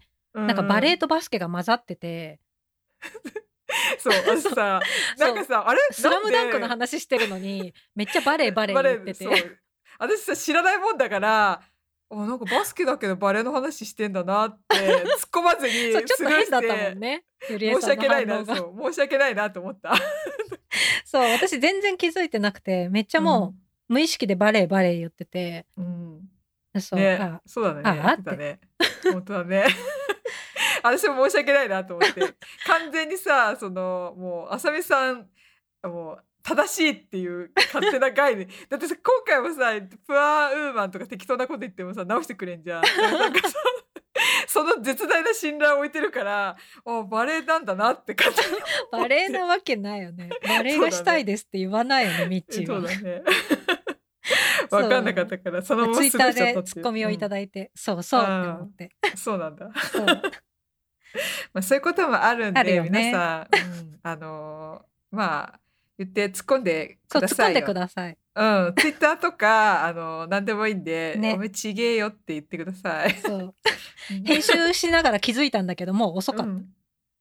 なんかバレーとバスケが混ざってて、 そう私さなんかさスラムダンクの話してるのにめっちゃバレー言ってて私さ知らないもんだからなんかバスケだけどバレーの話してんだなって突っ込まずにそうちょっと変だったもんね。 申し訳ないなと思ったそう私全然気づいてなくてめっちゃもう無意識でバレー言ってて、 そうね、そうだね本当だね私も申し訳ないなと思って完全にさもうあさみさんもう正しいっていう勝手な概念だってさ今回もさプアウーマンとか適当なこと言ってもさ直してくれんじゃん。なんかさその絶大な信頼を置いてるからバレエなんだなって感じバレエなわけないよね。バレエがしたいですって言わないよねミッチーは。 そうだね分かんなかったからそのままツイッターでツッコミをいただいて、そうって思ってそうなんだそういうこともあるんで皆さんまあ言って突っ込んでくださいよ。突っ込んでください。 ツイッターとか何でもいいんで、おめちげえよって言ってください。 編集しながら気づいたんだけどもう遅かった。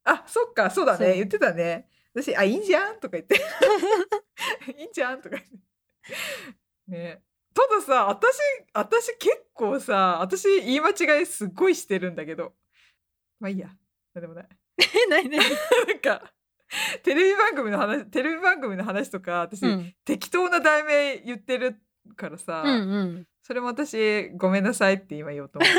あ、そっか、そうだそうね。言ってたね。私、いいんじゃんとか言って。いいんじゃんとか言って。ね。たださ、私結構さ、私言い間違いすっごいしてるんだけど。まあいいや。なんでもない。 何何なんか、テレビ番組の話とか、私、適当な題名言ってるからうんさ、 うん。 それも私、ごめんなさいって今言おうと思って。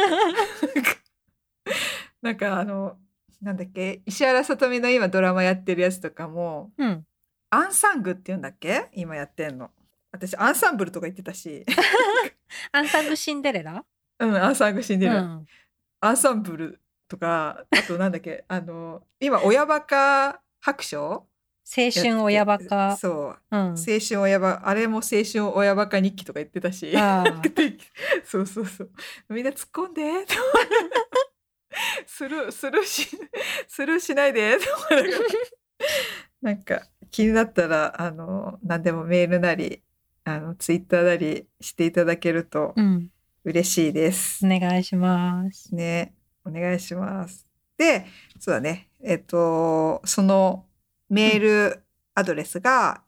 なんかなんだっけ、石原さとみの今ドラマやってるやつとかも、 うん。 アンサングって言うんだっけ今やってんの。私、アンサンブルとか言ってたし。 アンサングシンデレラ？ うん、アンサングシンデレラ。 うん。 アンサンブルとか、あとなんだっけ、今、親バカ白書青やって春親バて、 カ。 そう、 うん。 青春親バカ、あれも青春親バカ日記とか言ってたし、 ああ。 そうそうそう。みんな突っ込んで、スルーしないで、と思いながらなんか気になったら、何でもメールなり、ツイッターなりしていただけるとうん。 嬉しいです。 お願いします。 ね、お願いします。で、そうだね。そのメールアドレスが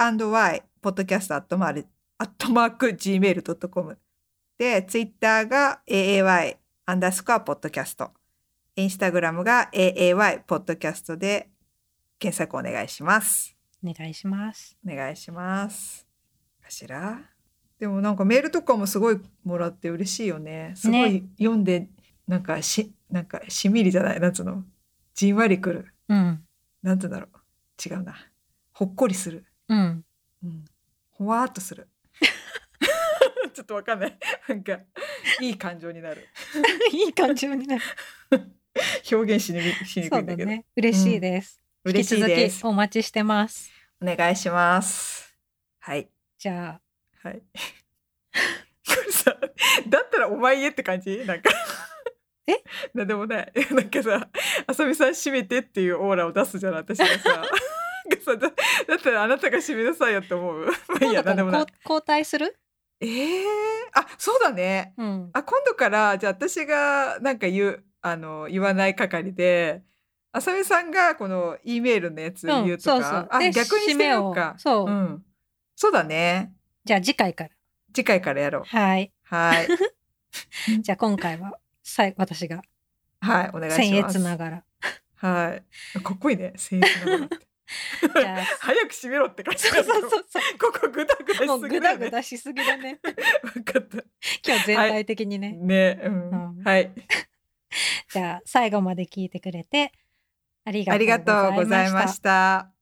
a&y podcast@gmail.com で、ツイッターが aay_podcast、インスタグラムが aay ポッドキャストで検索お願いします。 お願いします。 お願いします。かしら。でもなんかメールとかもすごいもらって嬉しいよね。すごい読んで、なんかしんみりじゃない、なんつうの、じんわりくる。 うん。 なんつうんだろう。違うな。ほっこりする。 うん。 うん。ほわーっとする。ちょっとわかんない。なんかいい感情になる。 いい感情になる。 表現しにくいんだけど。 そうだね。嬉しいです。 嬉しいです。 引き続きお待ちしてます。 お願いします。はい。 じゃあ。はい。これさ、だったらお前言えって感じ？なんかなんでもない。なんかさ、あさみさん閉めてっていうオーラを出すじゃん、私がさ。だったらあなたが閉めなさいよって思う。まあいいや、なんでもない。 交代する？ あ、そうだね。 うん。 今度からじゃあ私がなんか言わない係で、あさみさんがこの E メールのやつ言うとか、逆にしてみようか。 そう。 うん。そうだね。 じゃあ次回からやろう。 はい。 はい。 じゃあ今回は私が。 はい、お願いします。 僭越ながら。 はい。かっこいいね。僭越ながらって。じゃあ早く閉めろって感じだけど。ここグダグダしすぎだね。 もうグダグダしすぎだね。 分かった。 今日全体的にね。 ね、うん。はい。 じゃあ最後まで聞いてくれてありがとうございました。 ありがとうございました。